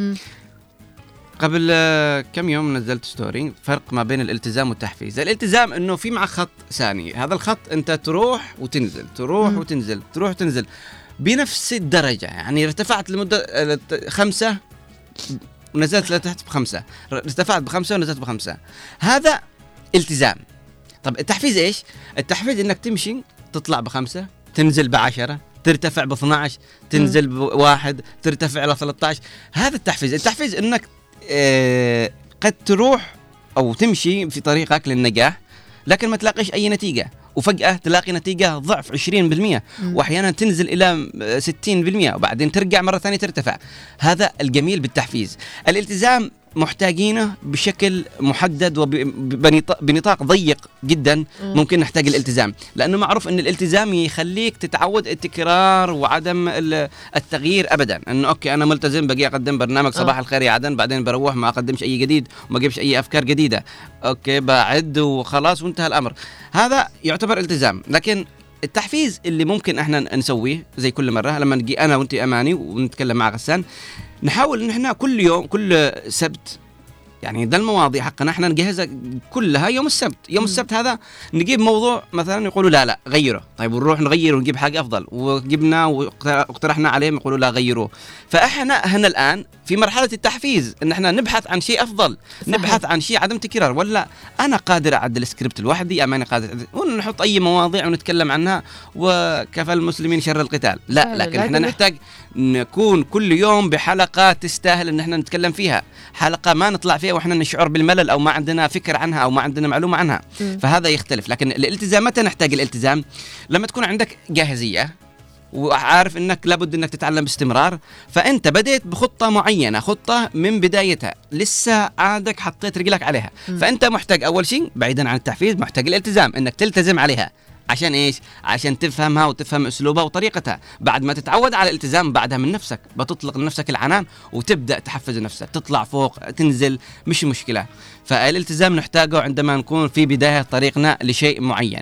قبل كم يوم نزلت ستوري، فرق ما بين الالتزام والتحفيز. الالتزام إنه في مع خط ثاني، هذا الخط أنت تروح وتنزل، تروح وتنزل، تروح وتنزل بنفس الدرجة. يعني ارتفعت لمدة 5 ونزلت لتحت ب5، ارتفعت ب5 ونزلت ب5، هذا التزام. طب التحفيز إيش؟ التحفيز إنك تمشي تطلع ب5، تنزل ب10، ترتفع ب12، تنزل ب1، ترتفع إلى 13. هذا التحفيز. التحفيز إنك قد تروح أو تمشي في طريقك للنجاح لكن ما تلاقيش أي نتيجة، وفجأة تلاقي نتيجة ضعف 20%، وأحيانا تنزل إلى 60% وبعدين ترجع مرة ثانية ترتفع. هذا الجميل بالتحفيز. الالتزام محتاجينه بشكل محدد وبنطاق ضيق جدا. ممكن نحتاج الالتزام لأنه معروف أن الالتزام يخليك تتعود التكرار وعدم التغيير أبدا. أنه أوكي أنا ملتزم بقي أقدم برنامج صباح الخير يا عدن، بعدين بروح ما أقدمش أي جديد وما أجيبش أي أفكار جديدة، أوكي بعد وخلاص وانتهى الأمر. هذا يعتبر التزام. لكن التحفيز اللي ممكن احنا نسويه زي كل مرة لما نجي أنا وانت أماني ونتكلم مع غسان، نحاول ان احنا كل يوم كل سبت يعني ده المواضيع حقنا احنا نجهزها كلها يوم السبت. يوم السبت هذا نجيب موضوع مثلا يقولوا لا غيره، طيب ونروح نغير ونجيب حاجة أفضل، وجبنا واقترحنا عليهم يقولوا لا غيروه. فاحنا هنا الآن في مرحلة التحفيز ان احنا نبحث عن شيء أفضل، نبحث عن شيء عدم تكرار. ولا أنا قادر أعدل السكريبت لوحدي، أماني قادر ونحط أي مواضيع ونتكلم عنها وكفى المسلمين شر القتال. لا، لكن احنا نحتاج نكون كل يوم بحلقة تستاهل ان احنا نتكلم فيها، حلقة ما نطلع فيها واحنا نشعر بالملل او ما عندنا فكر عنها او ما عندنا معلومة عنها. فهذا يختلف. لكن الالتزام متى نحتاج الالتزام؟ لما تكون عندك جاهزية وعارف انك لابد انك تتعلم باستمرار، فانت بديت بخطة معينة، خطة من بدايتها لسه عادك حطيت رجلك عليها. فانت محتاج اول شيء بعيدا عن التحفيز محتاج الالتزام، انك تلتزم عليها. عشان ايش؟ عشان تفهمها وتفهم اسلوبها وطريقتها. بعد ما تتعود على الالتزام بعدها من نفسك بتطلق لنفسك العنان وتبدا تحفز نفسك، تطلع فوق تنزل مش مشكله. فالالتزام نحتاجه عندما نكون في بدايه طريقنا لشيء معين.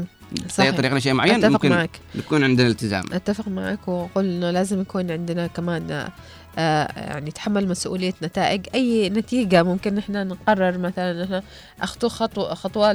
صحيح. طريقنا شيء معين ممكن معك. نكون عندنا التزام. اتفق معك وقل انه لازم يكون عندنا كمان يعني تحمل مسؤولية نتائج أي نتيجة. ممكن نحن نقرر مثلا نحن أخطو خطوة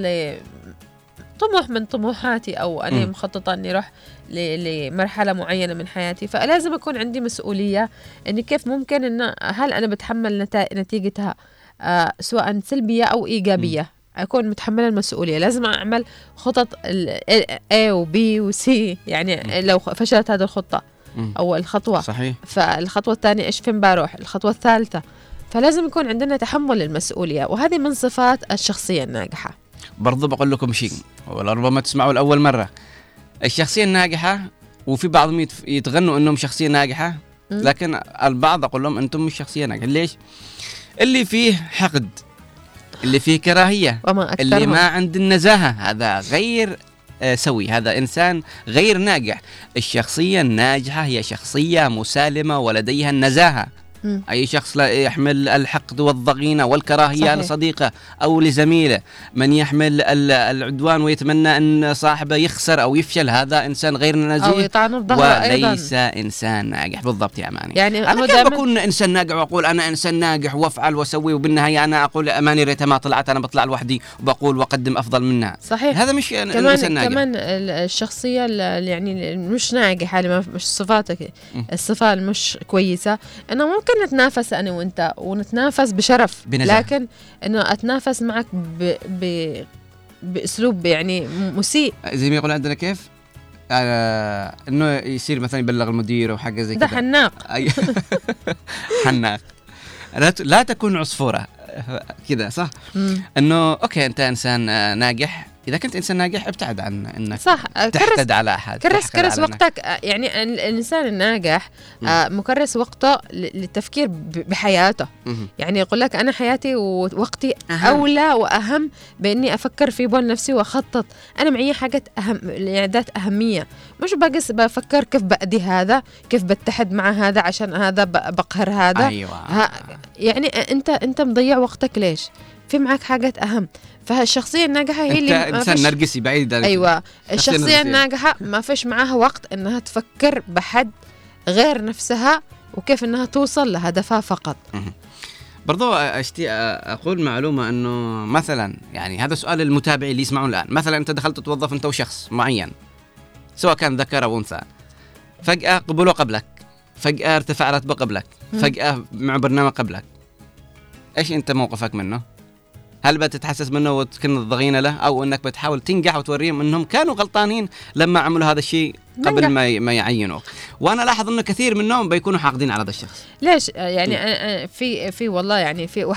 طموح من طموحاتي أو أنا مخططة أني أروح لمرحلة معينة من حياتي، فلازم أكون عندي مسؤولية أني كيف ممكن أن هل أنا بتحمل نتيجتها سواء سلبية أو إيجابية. أكون متحملة المسؤولية. لازم أعمل خطط A و B و C. يعني لو فشلت هذه الخطة أو الخطوة صحيح. فالخطوة الثانية إيش فين بروح، الخطوة الثالثة. فلازم يكون عندنا تحمل المسؤولية، وهذه من صفات الشخصية الناجحة. برضو بقول لكم شيء وربما تسمعوا لأول مرة. الشخصية الناجحة وفي بعضهم يتغنوا أنهم شخصية ناجحة، لكن البعض أقول لهم أنتم مش شخصية ناجحة. ليش؟ اللي فيه حقد، اللي فيه كراهية، اللي ما عند النزاهة، هذا غير سوي، هذا إنسان غير ناجح. الشخصية الناجحة هي شخصية مسالمة ولديها النزاهة. أي شخص لا يحمل الحقد والضغينة والكراهية صحيح. لصديقه أو لزميله، من يحمل العدوان ويتمنى أن صاحبه يخسر أو يفشل، هذا إنسان غير نزيه أو يطعن الظهر وليس إنسان ناجح. بالضبط يا أماني. يعني أنا كيف بكون إنسان ناجح وأقول أنا إنسان ناجح وأفعل وأسوي وبالنهاية أنا أقول أماني ريتها ما طلعت، أنا بطلع لوحدي وبقول وأقدم أفضل منها. صحيح. هذا مش إنسان ناجح. كمان الشخصية يعني مش ناجحة، مش صفاتك الصفة مش كويسة، أنا ممكن نتنافس أنا وأنت ونتنافس بشرف بنزاهة. لكن إنه أتنافس معك بأسلوب يعني مسيء، زي ما يقول عندنا كيف إنه يصير مثلا يبلغ المدير أو حاجة زي كده. ده حناق. حناق. لا تكون عصفورة كده صح. إنه أوكي أنت إنسان ناجح، إذا كنت إنسان ناجح ابتعد عن إنك صح. تحقد على أحد. كرس وقتك. يعني الإنسان الناجح مكرس وقته للتفكير بحياته. يعني يقول لك أنا حياتي ووقتي أولى وأهم بإني أفكر في بول نفسي وأخطط. أنا معي حاجات أهم، ذات أهمية، مش بقص بفكر كيف بأدي هذا، كيف بتحد مع هذا عشان هذا بقهر هذا. أيوة. يعني أنت مضيع وقتك ليش؟ في معك حاجات أهم. فالشخصية الناجحة هي اللي إنسان نرجسي بعيد. أيوة. الشخصية الناجحة ما فيش معها وقت إنها تفكر بحد غير نفسها وكيف إنها توصل لهدفها فقط. برضو أقول معلومة إنه مثلا يعني هذا سؤال المتابعين اللي يسمعون الآن. مثلا أنت دخلت توظف أنت وشخص معين سواء كان ذكر أو أنثى، فجأة قبله قبلك، فجأة ارتفع راتبه قبلك، فجأة مع برنامج قبلك، إيش أنت موقفك منه؟ هل بتتحسس منه وتكون ضغينة له، أو أنك بتحاول تنجح وتوريهم أنهم كانوا غلطانين لما عملوا هذا الشيء قبل ما يعينوه؟ وأنا لاحظ أنه كثير منهم بيكونوا حاقدين على هذا الشخص. ليش؟ يعني في والله يعني في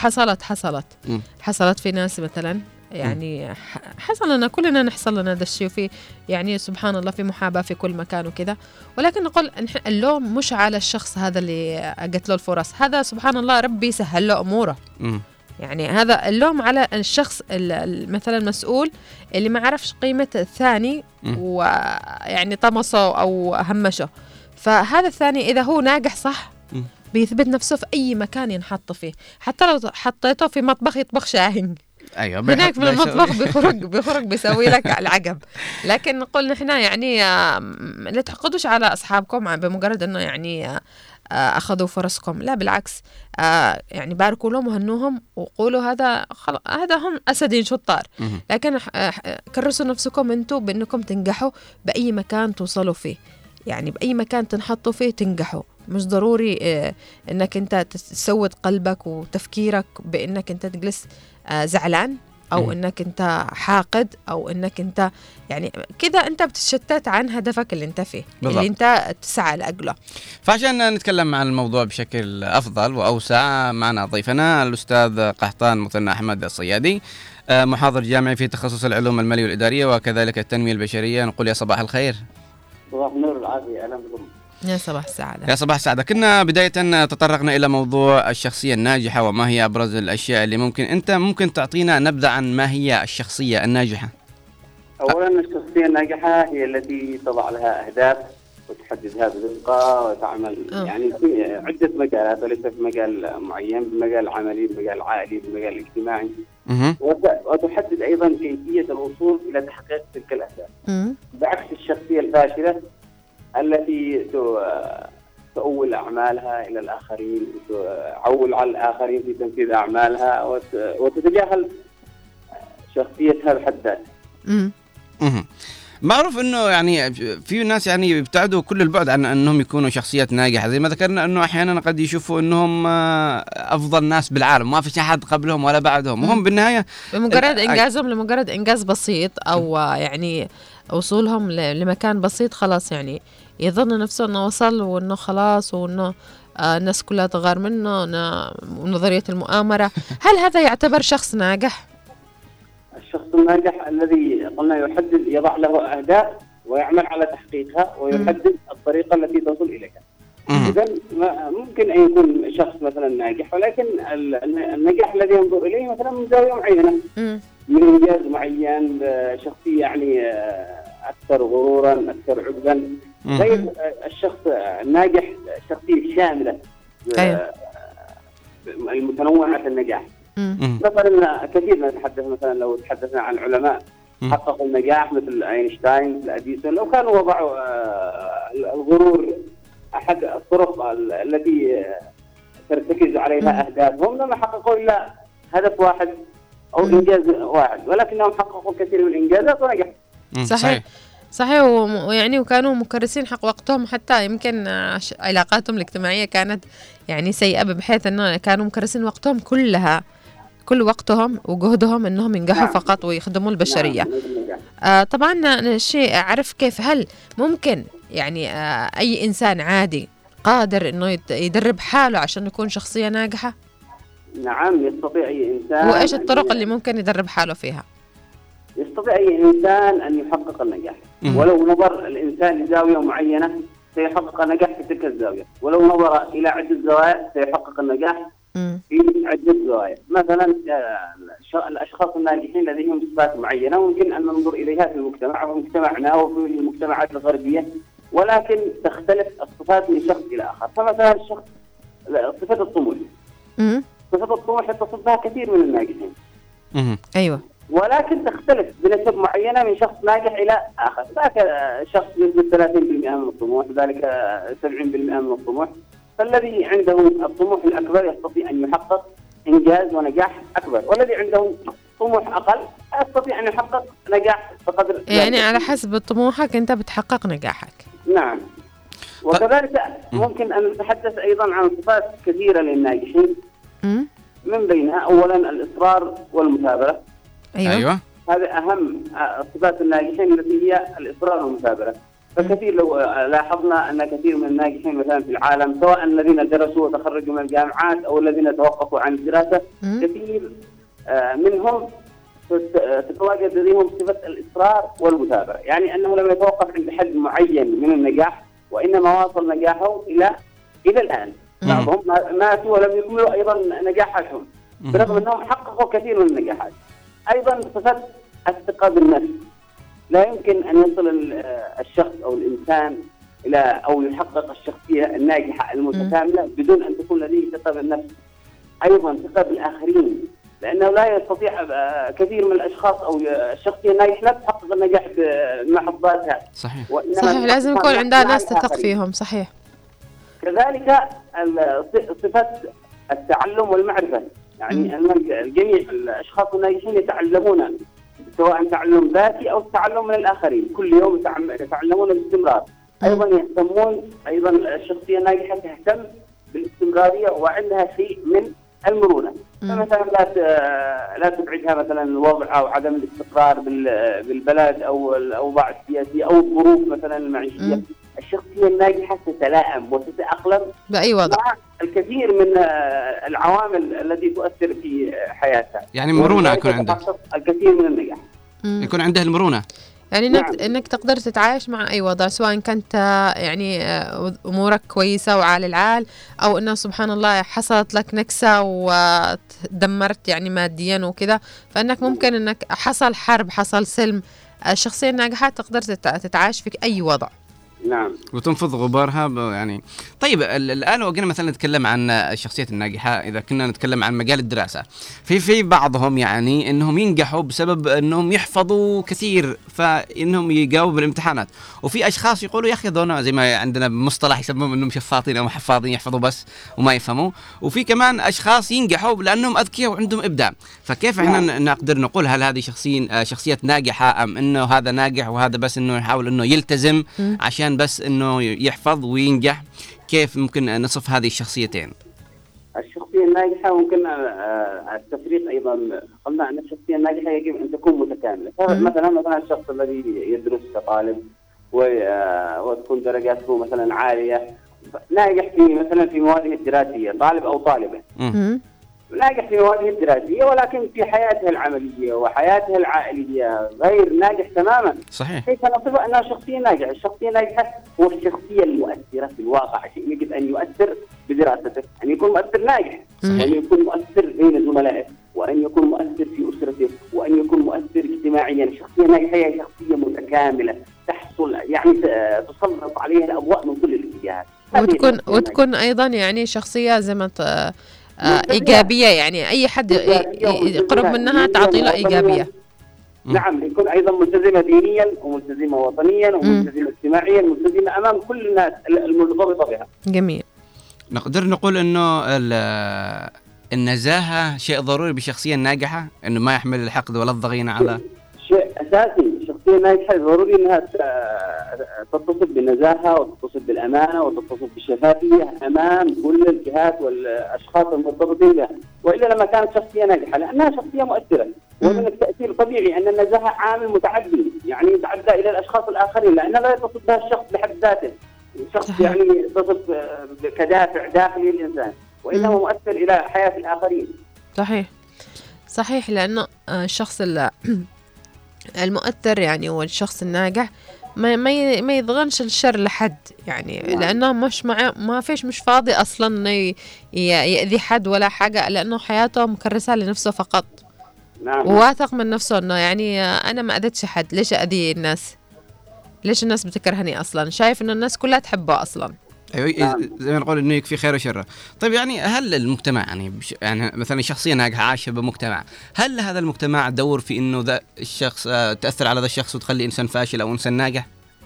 حصلت في ناس مثلا يعني حصل لنا كلنا نحصل لنا هذا الشيء، وفي يعني سبحان الله في محاباة في كل مكان وكذا، ولكن نقول اللوم مش على الشخص هذا اللي قتله الفرص، هذا سبحان الله ربي سهل له أموره. يعني هذا اللوم على الشخص مثلا المسؤول اللي ما عرفش قيمة الثاني ويعني طمسه أو همشه. فهذا الثاني إذا هو ناجح صح بيثبت نفسه في أي مكان ينحط فيه، حتى لو حطيته في مطبخ يطبخ شاهين أيوة هناك في المطبخ بيخرج بيسوي لك العقب. لكن نقول نحن يعني لا تحقدوش على أصحابكم بمجرد أنه يعني أخذوا فرصكم، لا بالعكس، يعني باركوا لهم وهنوهم وقولوا هذا هم أسدين شطار. لكن كرسوا نفسكم أنتوا بأنكم تنجحوا بأي مكان توصلوا فيه، يعني بأي مكان تنحطوا فيه تنجحوا. مش ضروري أنك أنت تسود قلبك وتفكيرك بأنك أنت تجلس زعلان أو أنك أنت حاقد أو أنك أنت يعني كذا أنت بتشتت عن هدفك اللي أنت فيه بالضبط. اللي أنت تسعى لأجله. فعشان نتكلم عن الموضوع بشكل أفضل وأوسع، معنا ضيفنا الأستاذ قحطان مثنى أحمد الصيادي، محاضر جامعي في تخصص العلوم المالية والإدارية وكذلك التنمية البشرية. نقول يا صباح الخير. صباح النور والعافية، أهلا بكم. يا صباح السعادة. يا صباح السعادة. كنا بداية تطرقنا إلى موضوع الشخصية الناجحة وما هي أبرز الأشياء اللي ممكن تعطينا نبذة عن ما هي الشخصية الناجحة. أولا الشخصية الناجحة هي التي تضع لها أهداف وتحددها بدقة وتعمل يعني في عدة مجالات وليس في مجال معين، بمجال العملي، بمجال العائلي، بمجال الاجتماعي، وتحدد أيضا كيفية الوصول إلى تحقيق تلك الأهداف. بعكس الشخصية الفاشلة التي تؤول أعمالها إلى الآخرين، تعول على الآخرين في تنفيذ أعمالها وتتجاهل شخصيتها بحد ذاتها. معروف انه يعني في ناس يعني يبتعدوا كل البعد عن انهم يكونوا شخصيات ناجحه، زي ما ذكرنا انه احيانا قد يشوفوا انهم افضل ناس بالعالم، ما في احد قبلهم ولا بعدهم، وهم بالنهايه بمجرد انجازهم لمجرد انجاز بسيط او يعني وصولهم لمكان بسيط خلاص يعني يظن نفسه انه وصل وانه خلاص وانه الناس كلها تغار منه ونظريه المؤامره. هل هذا يعتبر شخص ناجح؟ الشخص الناجح الذي قلنا يضع له أهداف ويعمل على تحقيقها ويحدد الطريقة التي تصل إليها. إذن ممكن أن يكون شخص مثلا ناجح، ولكن النجاح الذي ينظر إليه مثلا من زاوية معينة، من إنجاز معين، شخصية يعني أكثر غرورا، أكثر عجبا، غير الشخص الناجح شخصية شاملة المتنوعة النجاح. مثلا كثير نتحدث مثلا لو تحدثنا عن علماء حققوا النجاح مثل أينشتاين، مثل أديسون، لو كانوا وضعوا الغرور أحد الطرق التي ترتكز عليها أهدافهم لما حققوا إلا هدف واحد أو إنجاز واحد، ولكنهم حققوا كثير من الإنجازات ونجحوا. صحيح ويعني وكانوا مكرسين حق وقتهم، حتى يمكن علاقاتهم الاجتماعية كانت يعني سيئة بحيث أنه كانوا مكرسين وقتهم كل وقتهم وجهدهم أنهم ينجحوا فقط ويخدموا البشرية. طبعا شيء أعرف كيف هل ممكن يعني أي إنسان عادي قادر أنه يدرب حاله عشان يكون شخصية ناجحة؟ نعم يستطيع أي إنسان. وإيش الطرق اللي ممكن يدرب حاله فيها؟ يستطيع أي إنسان أن يحقق النجاح، ولو نظر الإنسان لزاوية معينة سيحقق النجاح في تلك الزاوية، ولو نظر إلى عدة زوايا سيحقق النجاح في عدة زوايا. مثلا الأشخاص الناجحين لديهم صفات معينة ممكن أن ننظر إليها في المجتمع ومجتمعنا وفي المجتمعات الغربية، ولكن تختلف الصفات من شخص إلى آخر. فمثلا الشخص صفة الطموح، صفة الطموح يتصف بها كثير من الناجحين. أيوة. ولكن تختلف بنسب معينة من شخص ناجح إلى آخر. ذاك شخص نسبة 30% من الطموح، ذلك 70% من الطموح. فالذي عنده الطموح الأكبر يستطيع أن يحقق إنجاز ونجاح أكبر، والذي عنده طموح أقل يستطيع أن يحقق نجاح بقدر يعني على حسب طموحك أنت بتحقق نجاحك. نعم. وكذلك ممكن أن نتحدث أيضا عن صفات كثيرة للناجحين، من بينها أولا الإصرار والمثابرة. أيوة. هذا أهم صفات الناجحين التي هي الإصرار والمثابرة. فكثير لو لاحظنا أن كثير من الناجحين مثلا في العالم سواء الذين درسوا وتخرجوا من الجامعات أو الذين توقفوا عن الدراسة كثير منهم تتواجد لديهم صفة الإصرار والمثابرة، يعني أنه لم يتوقف عند حد معين من النجاح وإنما واصل نجاحه إلى الآن. بعضهم ماتوا ولم يكملوا أيضا نجاحاتهم برغم أنهم حققوا كثير من النجاحات. أيضا صفة الثقة بالنفس، لا يمكن أن يصل الشخص أو الإنسان إلى أو يحقق الشخصية الناجحة المتكاملة بدون أن تكون لديه ثقة بالنفس. أيضا ثقة بالآخرين، لأنه لا يستطيع كثير من الأشخاص أو الشخصية الناجحة لا تحقق النجاح بمحض ذاتها. صحيح لازم يكون عندها ناس تثق فيهم. صحيح. كذلك صفة التعلم والمعرفة، يعني الجميع الأشخاص الناجحين يتعلمون سواء تعلم ذاتي أو التعلم من الآخرين، كل يوم يتعلمون باستمرار. أيضا يهتمون، أيضا الشخصية الناجحة تهتم بالاستمرارية وعندها شيء من المرونة. فمثلا لا تبعدها مثلا الوضع أو عدم الاستقرار بالبلد أو الأوضاع السياسية أو الظروف مثلا المعيشية. الشخصية الناجحة تتلائم وتتأقلم بأي وضع مع الكثير من العوامل التي تؤثر في حياتها. يعني مرونة يكون عندك الكثير من النجاح. يكون عنده المرونة، يعني انك تقدر تتعايش مع اي وضع، سواء كانت يعني امورك كويسه وعال العال او انه سبحان الله حصلت لك نكسه ودمرت يعني ماديا وكذا، فانك ممكن انك حصل حرب حصل سلم، الشخصيه الناجحه تقدر تتعايش في اي وضع. نعم. وتنفض غبارها يعني. طيب الآن لو قلنا مثلا نتكلم عن الشخصيات الناجحة، إذا كنا نتكلم عن مجال الدراسة، في بعضهم يعني إنهم ينجحوا بسبب إنهم يحفظوا كثير فإنهم يجاوبوا بالامتحانات، وفي أشخاص يقولوا يا أخي ذولا زي ما عندنا بمصطلح يسموهم إنهم شفاطين أو حفاظين يحفظوا بس وما يفهموا، وفي كمان أشخاص ينجحوا لأنهم أذكياء وعندهم إبداع. فكيف إحنا نقدر نقول هل هذه شخصيات ناجحة أم إنه هذا ناجح وهذا بس إنه يحاول إنه يلتزم عشان بس انه يحفظ وينجح؟ كيف ممكن نصف هذه الشخصيتين؟ الشخصية الناجحة ممكن التفريق ايضا، قلنا ان الشخصية الناجحة يجب ان تكون متكاملة. مثلا الشخص الذي يدرس كطالب وتكون درجاته مثلا عالية، ناجح في مواده الدراسية، طالب او طالبة ناجح في مواده الدراسية، ولكن في حياته العملية وحياته العائلية غير ناجح تماما. صحيح. كيف نصفه أنها شخصية ناجحة؟ الشخصية الناجحة هو الشخصية المؤثرة في الواقع، يجب أن يؤثر بدراسته، أن يكون مؤثر ناجح، وأن يكون مؤثر بين زملائه، وأن يكون مؤثر في أسرته، وأن يكون مؤثر اجتماعيا. الشخصية الناجحة هي شخصية متكاملة تحصل يعني تسلط عليها الأضواء من كل الاتجاهات. وتكون أيضا يعني شخصية زي ما إيجابية، يعني أي حد يقرب منها تعطي له إيجابية. نعم، يكون أيضا ملتزمة دينيا وملتزمة وطنيا وملتزمة اجتماعيا، ملتزمة أمام كل الناس المرتبطة بها. جميل. نقدر نقول إنه النزاهة شيء ضروري بالشخصية الناجحة، إنه ما يحمل الحقد ولا الضغينة على شيء أساسي. الشخصية الناجحة ضروري أنها تتصف بالنزاهة وتتصف بالأمانة وتتصف بالشفافية أمام كل الجهات والأشخاص المرتبطين بها، وإلا لما كانت شخصية ناجحة لأنها شخصية مؤثرة. ومن التأثير طبيعي أن النزاهة عامل متعدي، يعني يتعدى إلى الأشخاص الآخرين، لأن لا يتصف بها الشخص بحد ذاته، الشخص يعني يتصف كدافع داخلي للإنسان، وإنه مؤثر إلى حياة الآخرين. صحيح، لأنه الشخص المؤثر يعني والشخص الناجح ما يضغنش الشر لحد، يعني لأنه مش فاضي أصلا إنه يأذي حد ولا حاجة، لأنه حياته مكرسة لنفسه فقط. نعم. وواثق من نفسه إنه يعني أنا ما أذيتش حد، ليش أذي الناس؟ ليش الناس بتكرهني أصلا؟ شايف إنه الناس كلها تحبه أصلا. أيوة. زي ما نقول إنه يكفي خير وشره. طيب يعني هل المجتمع يعني مثلا شخصية ناجحة عايشة بمجتمع، هل هذا المجتمع دور في إنه ذا الشخص تأثر على ذا الشخص وتخلي إنسان فاشل أو إنسان ناجح؟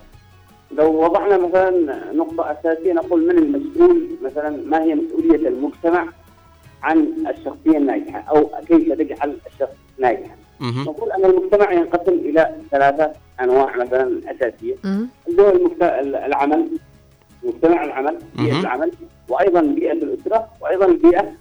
لو وضعنا مثلا نقطة أساسية نقول من المسؤول مثلا، ما هي مسؤولية المجتمع عن الشخصية الناجحة أو كيف تجعل الشخص ناجحا؟ نقول أن المجتمع ينقسم إلى 3 أنواع مثلا أساسية، اللي هو العمل، مجتمع العمل، بيئة العمل، وأيضا بيئة الأسرة، وأيضا البيئة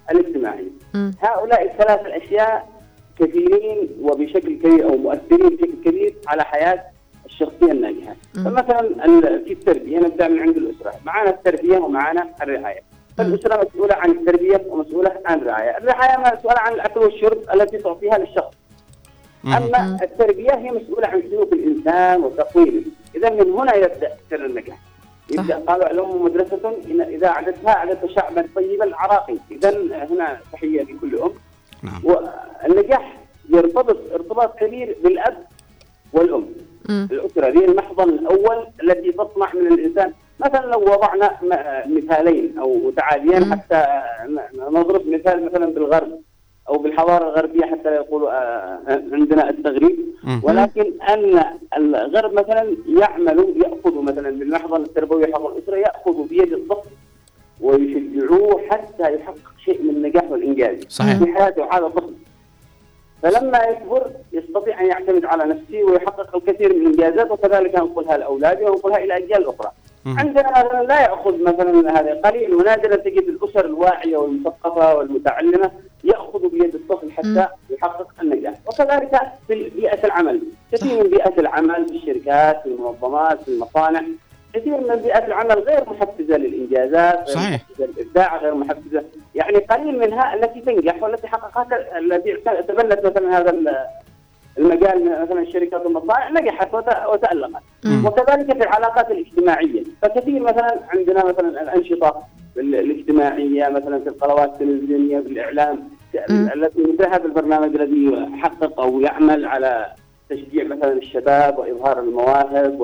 الاجتماعية. هؤلاء الثلاث الأشياء كثيرين وبشكل كبير أو مؤثرين بشكل كبير على حياة الشخصية الناجحة. فمثلا في التربية نبدأ من عند الأسرة، معنا التربية ومعنا الرعاية. فالأسرة مسؤولة عن التربية ومسؤولة عن الرعاية. الرعاية مسؤولة عن الأكل والشرب التي تعطيها للشخص. أما التربية هي مسؤولة عن سلوك الإنسان وتقويمه. إذا من هنا يبدأ سر النجاح. يبدأ قالوا الأم مدرسة إذا أعدتها أعدت شعبا طيبا عراقي. إذا هنا تحية لكل أم. والنجاح يرتبط ارتباط كبير بالأب والأم. الأسرة هي المحضن الأول التي تصنع من الإنسان. مثلا لو وضعنا مثالين أو متعادلين حتى نضرب مثال مثلا بالغرب أو بالحضارة الغربية حتى لا يقولوا عندنا التغريب، ولكن أن الغرب مثلا يأخذ مثلا بالمحضن التربوي حق الأسرة، يأخذ بيد الطفل ويشجعوه حتى يحقق شيء من النجاح والإنجاز في حياته. هذا الطفل فلما يكبر يستطيع أن يعتمد على نفسه ويحقق الكثير من الإنجازات، وكذلك نقولها لأولاده ونقولها إلى أجيال أخرى. عندنا مثلا لا يأخذ مثلا هذا قليل ونادرا تجد الأسر الواعية والمثقفة والمتعلمة يأخذ بيد الطفل حتى يحقق النجاح. وكذلك في بيئة العمل، كثير من بيئة العمل في الشركات في المنظمات في المصانع، كثير من بيئة العمل غير محفزة للإنجازات، غير محفزة للإبداع، غير محفزة، يعني قليل منها التي تنجح والتي حققت التي تبنت مثلا هذا المجال مثلا الشركات والمصانع نجحت وتألقت. وكذلك في العلاقات الاجتماعية، فكثير مثلا عندنا مثلا الأنشطة الاجتماعية مثلا في القنوات التلفزيونية في الإعلام التي مثل هذا البرنامج الذي يحقق أو يعمل على تشجيع مثلا الشباب وإظهار المواهب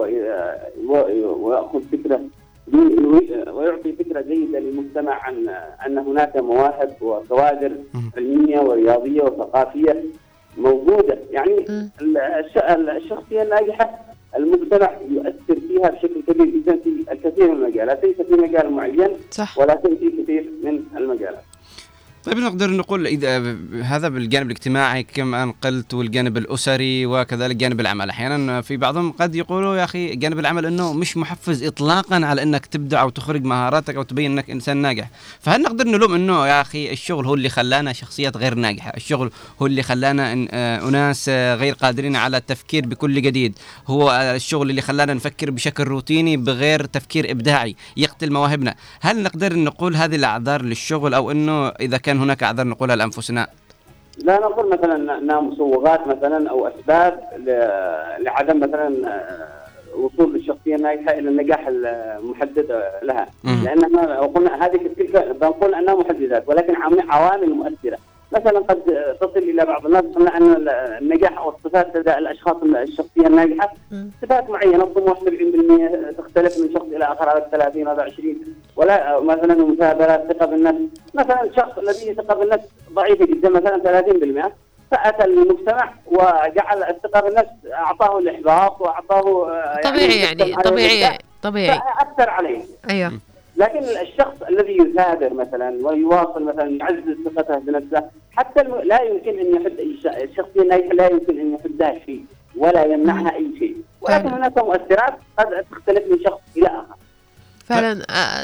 ويأخذ فكرة ويعطي فكرة جيدة للمجتمع عن أن هناك مواهب وكوادر علمية ورياضية وثقافية موجودة. يعني الشخصية الناجحة المجتمع يؤثر فيها بشكل كبير جدا في الكثير من المجالات، ليس في مجال معين ولكن في كثير من المجالات. طيب نقدر نقول إذا هذا بالجانب الاجتماعي كما قلت والجانب الأسري وكذلك جانب العمل. أحيانا في بعضهم قد يقولوا يا أخي جانب العمل أنه مش محفز إطلاقا على أنك تبدع أو تخرج مهاراتك أو تبين أنك إنسان ناجح. فهل نقدر نلوم أنه يا أخي الشغل هو اللي خلانا شخصيات غير ناجحة، الشغل هو اللي خلانا أناس غير قادرين على التفكير بكل جديد، هو الشغل اللي خلانا نفكر بشكل روتيني بغير تفكير إبداعي يقتل مواهبنا؟ هل نقدر نقول هذه الأعذار للشغل أو أنه إذا كان هناك أعذار نقولها لأنفسنا؟ لا نقول مثلا أنها مسوغات مثلا أو أسباب لعدم مثلا وصول الشخصية الناجحة إلى النجاح المحدد لها، لأننا قلنا هذه تلك بنقول أنها محددات ولكن عوامل مؤثرة. مثلا قد تصل إلى بعض الناس قلنا أن النجاح أو الصفات لدى الأشخاص الشخصية الناجحة صفات معينة، الطموح 70% تختلف من شخص إلى آخر، هذا 30 هذا 20، ولا مثلا المثابرة، ثقة بالنفس. مثلا شخص الذي ثقة بالنفس ضعيفة جدا مثلا 30%، فأتى المجتمع وجعل الثقة بالنفس أعطاه الإحباط وأعطاه طبيعي يعني طبيعي فأثر عليه. أيوه. لكن الشخص الذي يثابر مثلا ويواصل مثلا يعزز ثقته بنفسه حتى لا يمكن أن يحد الشخصية الناجحة لا يمكن أن يحدها شيء ولا يمنعها أي شيء، ولكن هناك مؤثرات قد تختلف من شخص إلى آخر. فعلا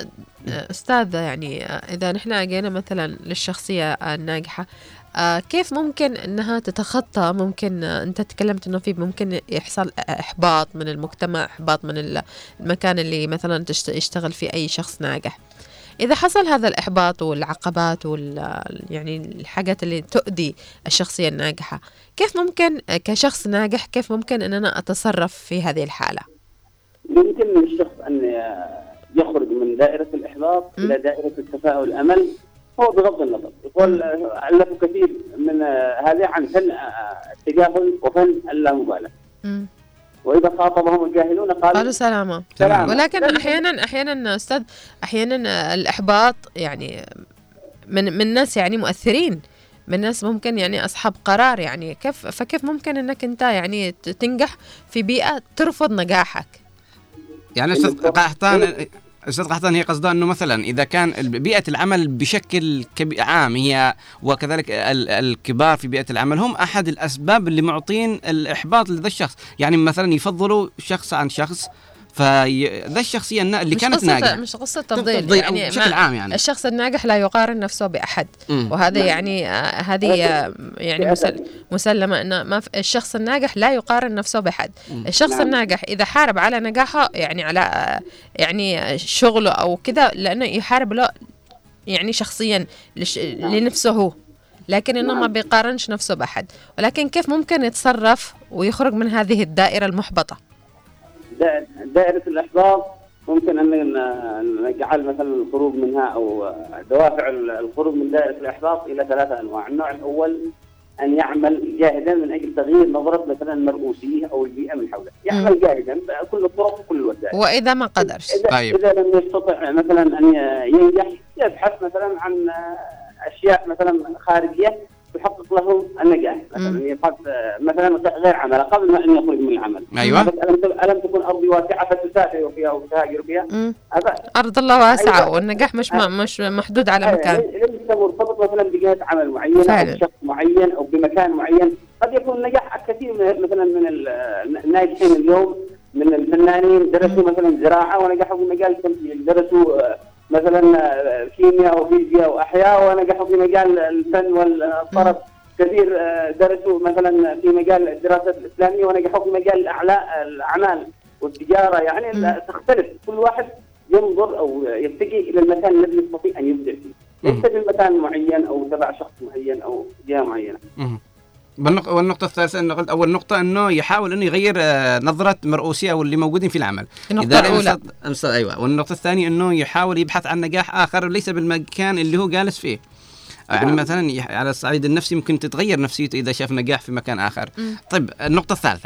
أستاذ، يعني إذا نحن أجينا مثلا للشخصية الناجحة كيف ممكن أنها تتخطى؟ ممكن أنت تكلمت أنه في ممكن يحصل إحباط من المجتمع، إحباط من المكان اللي مثلا يشتغل فيه أي شخص ناجح. إذا حصل هذا الإحباط والعقبات يعني الحاجات اللي تؤذي الشخصية الناجحة، كيف ممكن كشخص ناجح كيف ممكن أن أنا أتصرف في هذه الحالة؟ يمكن للشخص أن يخرج من دائرة الإحباط إلى دائرة التفاؤل والأمل. هو بغض النظر يقول ألفوا كثير من هذا عن فن التجاهل وفن اللامبالاة. وإذا خاطبهم الجاهلون قالوا سلامة. ولكن أحيانا أستاذ أحيانا الإحباط يعني من ناس يعني مؤثرين، من ناس ممكن يعني أصحاب قرار، يعني فكيف ممكن أنك أنت يعني تنجح في بيئة ترفض نجاحك؟ يعني أستاذ قحطان هي قصدها أنه مثلا إذا كان بيئة العمل بشكل عام هي وكذلك الكبار في بيئة العمل هم أحد الأسباب اللي معطين الإحباط لذا الشخص، يعني مثلا يفضلوا شخص عن شخص فذا الشخصيه اللي كانت ناجحه مش قصه تفضيل يعني بشكل عام. يعني الشخص الناجح لا يقارن نفسه باحد، وهذا يعني هذه يعني مسلمه ان ما الشخص الناجح لا يقارن نفسه باحد. الشخص الناجح اذا حارب على نجاحه يعني على يعني شغله او كذا، لانه يحارب له يعني شخصيا لنفسه هو، لكن انه ما بيقارنش نفسه باحد. ولكن كيف ممكن يتصرف ويخرج من هذه الدائره المحبطه؟ دائرة الإحباط ممكن أن نجعل مثلا الخروج منها أو دوافع الخروج من دائرة الإحباط إلى 3 أنواع. النوع الأول أن يعمل جاهدا من أجل تغيير نظرة مثلا المرؤوسية أو البيئة من حوله، يعمل جاهدا بكل الطرق وكل الوسائل. وإذا ما قدرش، إذا لم يستطع مثلا أن ينجح، يبحث مثلا عن أشياء مثلا خارجية تحقق له النجاح، مثلا يبحث مثلا غير عمل قبل ما ان يخرج من العمل. ايوه. الم تكن ارضي واسعه فتسافر فيها وتهاجر فيها. ارض الله واسعه. أيوة. والنجاح مش محدود على مكان. ليس مرتبط مثلا بجهه عمل معينه او شخص معين او بمكان معين. قد يكون نجاح كثير مثلا من الناجحين اليوم من الفنانين درسوا مثلا زراعه ونجحوا في مجال التمثيل، درسوا مثلا كيمياء وفيزياء واحياء ونجحوا في مجال الفن والطرب. كثير درسوا مثلا في مجال الدراسات الاسلاميه ونجحوا في مجال الاعمال والتجاره. يعني تختلف، كل واحد ينظر او يتجه الى المكان الذي يستطيع ان يبدع فيه، ليس في مكان معين او تبع شخص معين او جهه معينه. والنقطة الثالثة أنه قلت أول نقطة أنه يحاول أنه يغير نظرة مرؤوسية واللي موجودين في العمل. النقطة الأولى. أيوة. والنقطة الثانية أنه يحاول يبحث عن نجاح آخر ليس بالمكان اللي هو جالس فيه. يعني مثلا على الصعيد النفسي ممكن تتغير نفسيته إذا شاف نجاح في مكان آخر. طيب النقطة الثالثة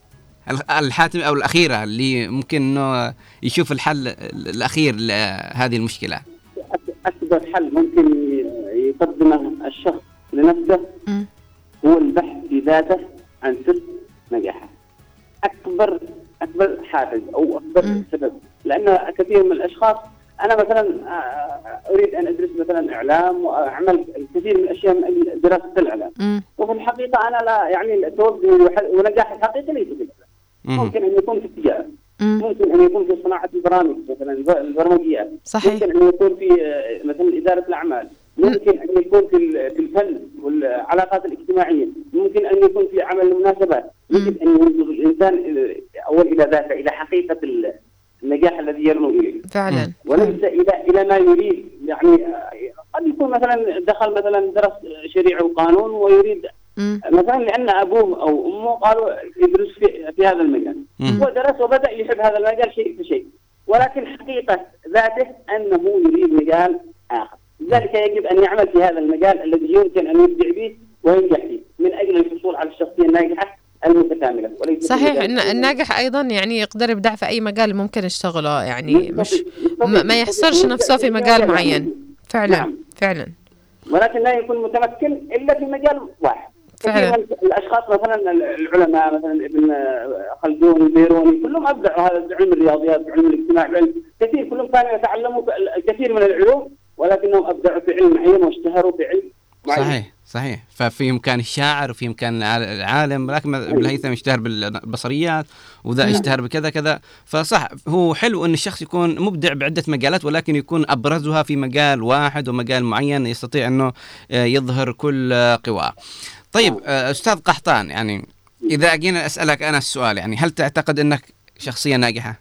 الحاتمة أو الأخيرة اللي ممكن أنه يشوف الحل الأخير لهذه المشكلة. أكبر حل ممكن يقدمه الشخص لنفسه هو البحث في ذاته عن سر نجاحه. أكبر حافز أو أكبر سبب، لأن كثير من الأشخاص أنا مثلا أريد أن أدرس مثلا إعلام وأعمل الكثير من الأشياء من أجل دراسة الإعلام، وفي الحقيقة أنا لا يعني توجهي ونجاح الحقيقي ليس في الإعلام. ممكن أن يكون في التجارة، ممكن أن يكون في صناعة البرامج مثلا البرمجيات، ممكن أن يكون في مثلا إدارة الأعمال، ممكن أن يكون في الفن والعلاقات الاجتماعية، ممكن أن يكون في عمل المناسبات، ممكن أن ينظر الإنسان أول إلى ذاته، إلى حقيقة النجاح الذي يرنو إليه فعلا، وليس إلى ما يريد. يعني قد يكون مثلا دخل مثلا درس شريعة وقانون ويريد مثلا لأن أبوه أو أمه قالوا يدرس في هذا المجال، ودرس وبدأ يحب هذا المجال شيء فشيء، ولكن حقيقة ذاته أنه يريد مجال آخر. لذلك يجب أن يعمل في هذا المجال الذي يمكن أن يبدع به وينجح فيه من أجل الحصول على الشخصية الناجحة المتكاملة. صحيح. الناجح أيضا يعني يقدر يبدع في أي مجال ممكن يشتغله، يعني مش ما يحصرش نفسه في مجال معين. فعلا. نعم. فعلا. ولكن لا يكون متمكن إلا في مجال واحد. فعلا. الأشخاص مثلا العلماء مثلا ابن خلدون البيروني كلهم أبدعوا هذا علم الرياضيات علم الاجتماع كثير، كلهم كانوا يتعلموا الكثير من العلوم ولكنهم أبدعوا في علم معين واشتهروا في علم معين. صحيح. ففي إمكان الشاعر وفي إمكان العالم، لكن ابن الهيثم اشتهر بالبصريات وذا اشتهر بكذا كذا. فصح هو حلو أن الشخص يكون مبدع بعدة مجالات، ولكن يكون أبرزها في مجال واحد ومجال معين يستطيع أنه يظهر كل قواه. طيب أستاذ قحطان، يعني إذا أجينا أسألك أنا السؤال، يعني هل تعتقد أنك شخصية ناجحة؟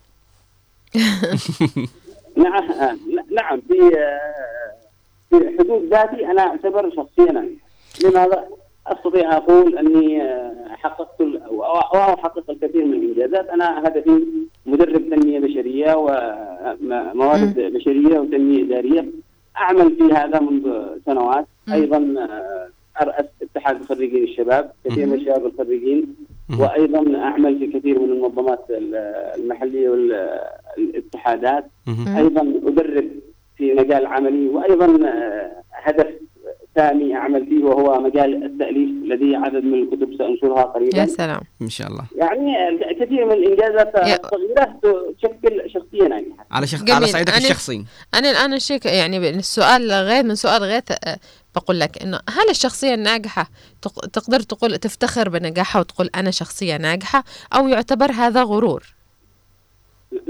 نعم في حدود ذاتي أنا أعتبر شخصية ناجحة. لماذا؟ أستطيع أقول أني حققت أو أحقق الكثير من الإنجازات. أنا هدفي مدرب تنمية بشرية وموارد بشرية وتنمية إدارية، أعمل في هذا منذ سنوات. أيضا أرأس اتحاد خريجين الشباب، كثير من الشباب الخريجين، وأيضا أعمل في كثير من المنظمات المحلية والاتحادات. أيضا أدرب في مجال عملي، وأيضا هدف ثاني أعمل فيه وهو مجال التأليف، لدي عدد من الكتب سأنشرها قريبا. يا سلام إن شاء الله. يعني كثير من الإنجازات الصغيرة تشكل شخصية ناجحة على صعيدك الشخصي. أنا الآن الشيء يعني السؤال غير من سؤال غير بقول لك إنه هل الشخصية الناجحة تقدر تقول تفتخر بنجاحها وتقول أنا شخصية ناجحة، أو يعتبر هذا غرور؟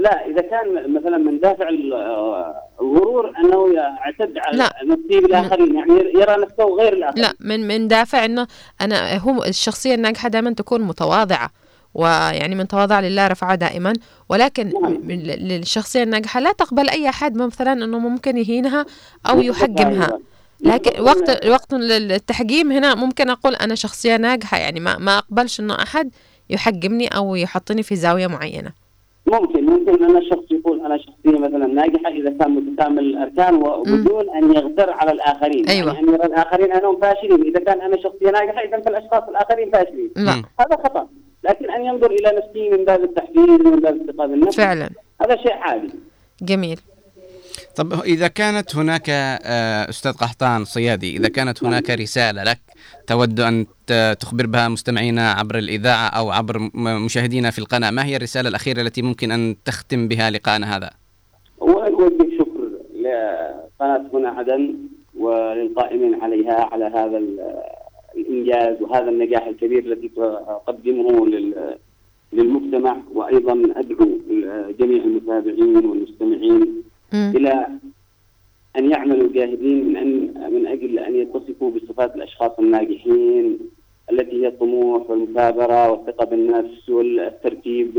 لا، إذا كان مثلا من دافع الغرور أنه يعتد على نفسه بالآخرين، يعني يرى نفسه غير الآخرين. لا، من دافع أنه أنا هو الشخصية الناجحة دائما تكون متواضعة، ويعني من تواضع لله رفعه دائما، ولكن للشخصية الناجحة لا تقبل أي أحد مثلا أنه ممكن يهينها أو يحجمها. لكن وقت التحجيم هنا ممكن أقول أنا شخصية ناجحة، يعني ما أقبلش أنه أحد يحجمني أو يحطني في زاوية معينة. ممكن أن الشخص يقول أنا شخصية مثلا ناجحة إذا كان متكامل الأركان وبدون أن يغدر على الآخرين. أيوة. يعني يرى الآخرين أنهم فاشلين. إذا كان أنا شخصية ناجحة إذا فالأشخاص الآخرين فاشلين. هذا خطأ. لكن أن ينظر إلى نفسه من باب التحليل ومن باب الثقة بالنفس فعلا هذا شيء عادي. جميل. طب إذا كانت هناك أستاذ قحطان صيادي، إذا كانت هناك رسالة لك تود أن تخبر بها مستمعينا عبر الإذاعة أو عبر مشاهدينا في القناة، ما هي الرسالة الأخيرة التي ممكن أن تختم بها لقاءنا هذا؟ أوجه شكر لقناة هنا عدن وللقائمين عليها على هذا الإنجاز وهذا النجاح الكبير الذي تقدمه للمجتمع، وأيضا أدعو جميع المتابعين والمستمعين إلى أن يعملوا جاهدين من أجل أن يتصفوا بصفات الأشخاص الناجحين التي هي الطموح والمثابرة والثقة بالنفس والترتيب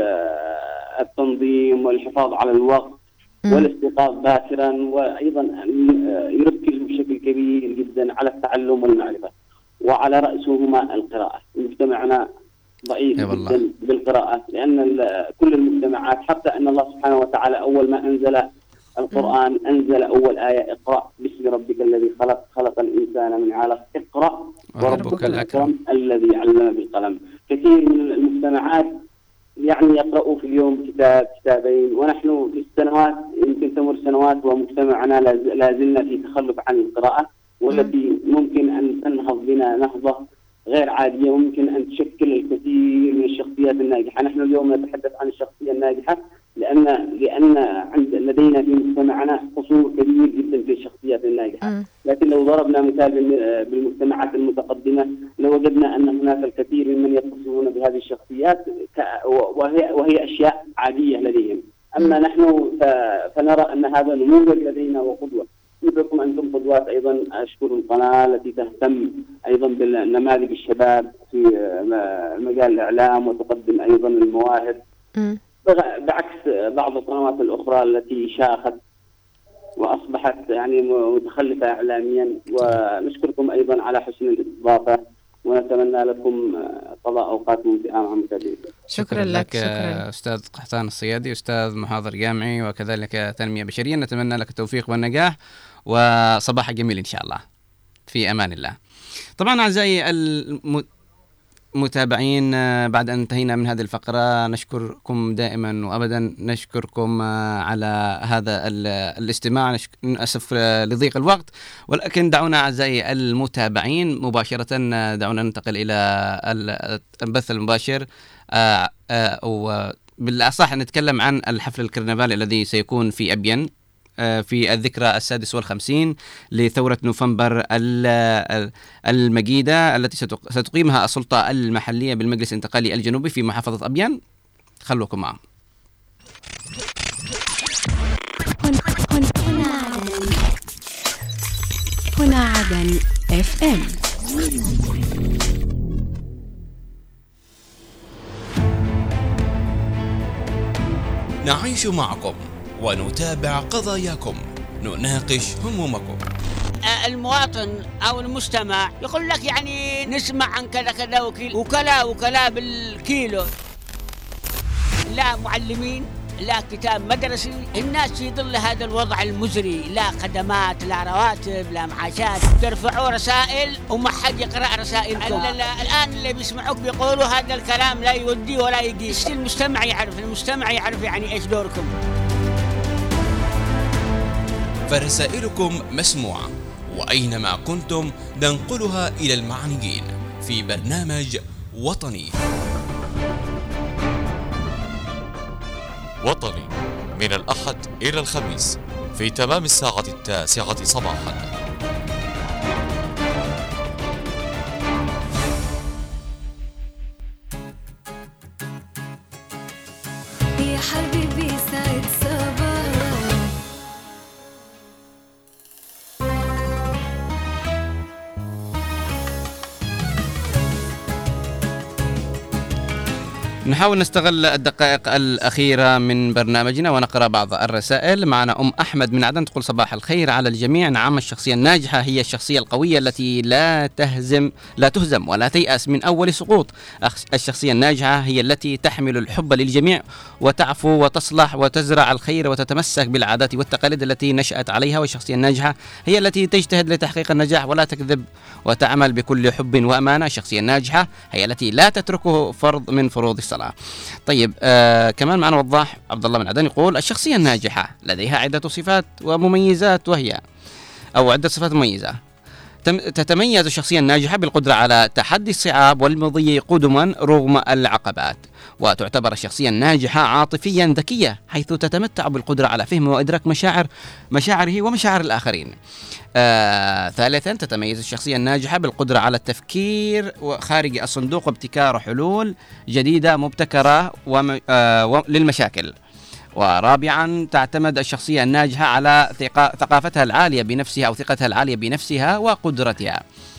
والتنظيم والحفاظ على الوقت والاستيقاظ باكرا، وأيضا أن يركزوا بشكل كبير جدا على التعلم والمعرفة، وعلى رأسهما القراءة. مجتمعنا ضعيف جدا بالقراءة، لأن كل المجتمعات حتى أن الله سبحانه وتعالى أول ما أنزل القرآن أنزل أول آية اقرأ باسم ربك الذي خلق الإنسان من علق، اقرأ وربك الأكرم الذي علم بالقلم. كثير من المجتمعات يعني يقرأوا في اليوم كتاب كتابين، ونحن في السنوات يمكن تمر سنوات ومجتمعنا لا زلنا في تخلف عن القراءة، والتي ممكن أن تنهض بنا نهضة غير عادية وممكن أن تشكل الكثير من الشخصيات الناجحة. نحن اليوم نتحدث عن الشخصية الناجحة لأن لدينا في مجتمعنا قصور كبير جدا في الشخصيات الناجحة. لكن لو ضربنا مثال بالمجتمعات المتقدمة لوجدنا أن هناك الكثير من يتصفون بهذه الشخصيات وهي أشياء عادية لديهم. أما نحن فنرى أن هذا نموذج لدينا وقدوة. مثلكم أنتم قدوات. أيضا أشكر القناة التي تهتم أيضا بالنماذج الشباب في مجال الإعلام وتقدم أيضا المواهب بعكس بعض القنوات الأخرى التي شاخت وأصبحت يعني متخلفة إعلاميا. ونشكركم أيضا على حسن الاستضافة، ونتمنى لكم قضاء أوقات ممتعة مع متابعين. شكرا لك أستاذ قحطان الصيادي، أستاذ محاضر جامعي وكذلك تنمية بشرية. نتمنى لك التوفيق والنجاح وصباح جميل إن شاء الله، في أمان الله. طبعا أعزائي المتابعين، بعد أن انتهينا من هذه الفقرة نشكركم دائما وأبدا، نشكركم على هذا الاستماع. أسف لضيق الوقت، ولكن دعونا أعزائي المتابعين مباشرة دعونا ننتقل إلى البث المباشر، وبالأصح نتكلم عن الحفل الكرنفالي الذي سيكون في أبين في الذكرى 56 لثورة نوفمبر المجيدة التي ستقيمها السلطة المحلية بالمجلس الانتقالي الجنوبي في محافظة أبين. خلوكم معهم. هنا عدن FM. نعيش معكم ونتابع قضاياكم، نناقش همومكم. المواطن أو المستمع يقول لك يعني نسمع عن كذا كذا وكلا بالكيلو، لا معلمين لا كتاب مدرسي، الناس في ظل هذا الوضع المزري، لا خدمات لا رواتب لا معاشات، ترفعوا رسائل وما حد يقرأ رسائلكم. الآن اللي بيسمعوك بيقولوا هذا الكلام لا يودي ولا يجي. المجتمع يعرف يعني إيش دوركم. فرسائلكم مسموعة، وأينما كنتم ننقلها إلى المعنيين في برنامج وطني. وطني من الأحد إلى الخميس في تمام الساعة 9 صباحا. يا حبيبي نحاول نستغل الدقائق الأخيرة من برنامجنا ونقرأ بعض الرسائل. معنا أم أحمد من عدن تقول صباح الخير على الجميع. نعم، الشخصية الناجحة هي الشخصية القوية التي لا تهزم ولا تيأس من أول سقوط. الشخصية الناجحة هي التي تحمل الحب للجميع وتعفو وتصلح وتزرع الخير وتتمسك بالعادات والتقاليد التي نشأت عليها. والشخصية الناجحة هي التي تجتهد لتحقيق النجاح ولا تكذب وتعمل بكل حب وأمانة. الشخصية الناجحة هي التي لا تتركه فرض من فروض الصلاة. طيب كمان معنا وضاح عبد الله من عدن يقول الشخصية الناجحة لديها عدة صفات ومميزات، وهي أو عدة صفات مميزة. تتميز الشخصية الناجحة بالقدرة على تحدي الصعاب والمضي قدما رغم العقبات. وتعتبر الشخصية الناجحة عاطفيا ذكية، حيث تتمتع بالقدرة على فهم وإدراك مشاعره ومشاعر الآخرين. ثالثا تتميز الشخصية الناجحة بالقدرة على التفكير خارج الصندوق وابتكار حلول جديدة مبتكرة للمشاكل. ورابعا تعتمد الشخصية الناجحة على ثقافتها العالية بنفسها أو ثقتها العالية بنفسها وقدرتها.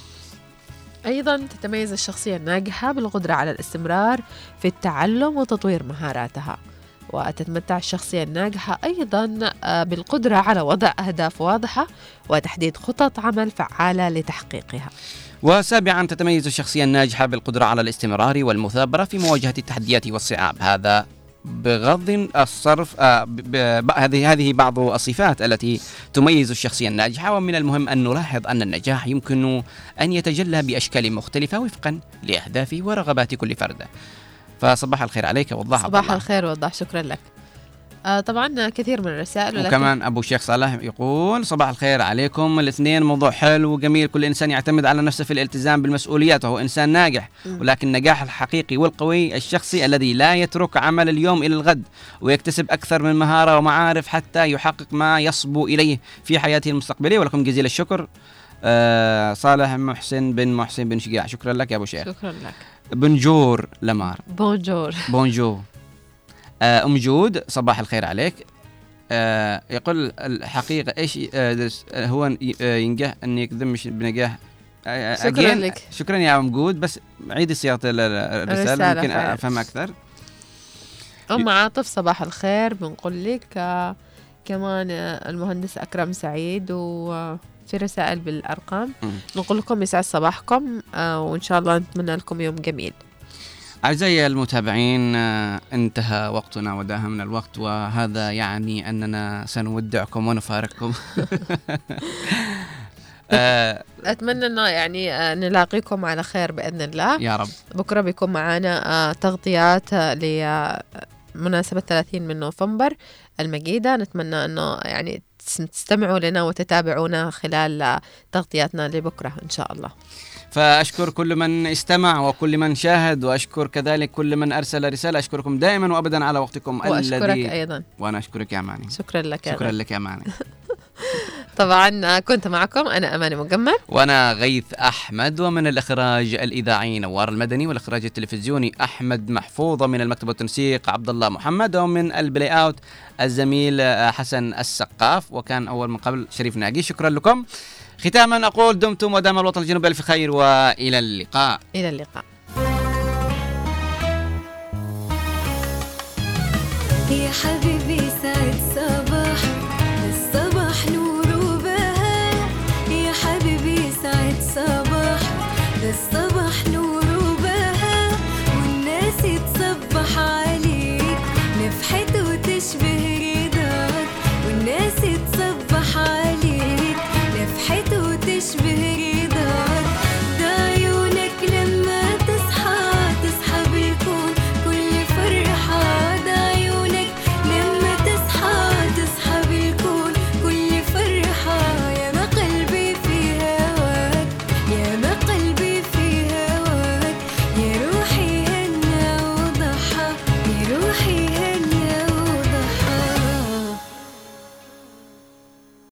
أيضا تتميز الشخصية الناجحة بالقدرة على الاستمرار في التعلم وتطوير مهاراتها. وتتمتع الشخصية الناجحة أيضا بالقدرة على وضع أهداف واضحة وتحديد خطط عمل فعالة لتحقيقها. وسابعا تتميز الشخصية الناجحة بالقدرة على الاستمرار والمثابرة في مواجهة التحديات والصعاب. هذا بغض الصرف هذه بعض الصفات التي تميز الشخصية الناجحة. ومن المهم أن نلاحظ أن النجاح يمكن أن يتجلى بأشكال مختلفة وفقا لأهداف ورغبات كل فرد. فصباح الخير عليك وضاح. صباح الخير وضاح، شكرا لك. طبعا كثير من الرسائل. وكمان أبو الشيخ صالح يقول صباح الخير عليكم الاثنين، موضوع حلو وجميل. كل إنسان يعتمد على نفسه في الالتزام بالمسؤوليات وهو إنسان ناجح. ولكن النجاح الحقيقي والقوي الشخصي الذي لا يترك عمل اليوم إلى الغد ويكتسب أكثر من مهارة ومعارف حتى يحقق ما يصبو إليه في حياته المستقبلية. ولكم جزيل الشكر. صالح محسن بن شجاع، شكرا لك يا أبو شيخ. شكرا لك. بونجور لمار. بونجور. أم جود صباح الخير عليك. يقول الحقيقة إيش هو ينجح أن يكذب مش بنجاح. شكرا لك. شكرا يا أم جود، بس عيدي صياغة الرسالة ممكن أفهمها أكثر. أم عاطف صباح الخير، بنقول لك كمان المهندس أكرم سعيد وفي رسائل بالأرقام. نقول لكم يسعد صباحكم وإن شاء الله نتمنى لكم يوم جميل. أعزائي المتابعين، انتهى وقتنا وداها من الوقت، وهذا يعني أننا سنودعكم ونفارقكم. أتمنى أنه يعني نلاقيكم على خير بإذن الله يا رب. بكرة بيكون معنا تغطيات لمناسبة 30 من نوفمبر المجيدة. نتمنى أنه يعني تستمعوا لنا وتتابعونا خلال تغطياتنا لبكرة إن شاء الله. فأشكر كل من استمع وكل من شاهد، وأشكر كذلك كل من أرسل رسالة. أشكركم دائما وأبدا على وقتكم وأشكرك أيضا. وأنا أشكرك يا أماني. شكرا لك. شكرا لك يا أماني. طبعا كنت معكم أنا أماني مجمل وأنا غيث أحمد، ومن الإخراج الإذاعي نوار المدني، والإخراج التلفزيوني أحمد محفوظ، من المكتب والتنسيق عبد الله محمد، ومن البلاي أوت الزميل حسن السقاف، وكان أول من قبل شريف ناقي. شكرا لكم. ختاما أقول دمتم ودام الوطن الجنوبي في خير، وإلى اللقاء. إلى اللقاء. يا حبيبي سعد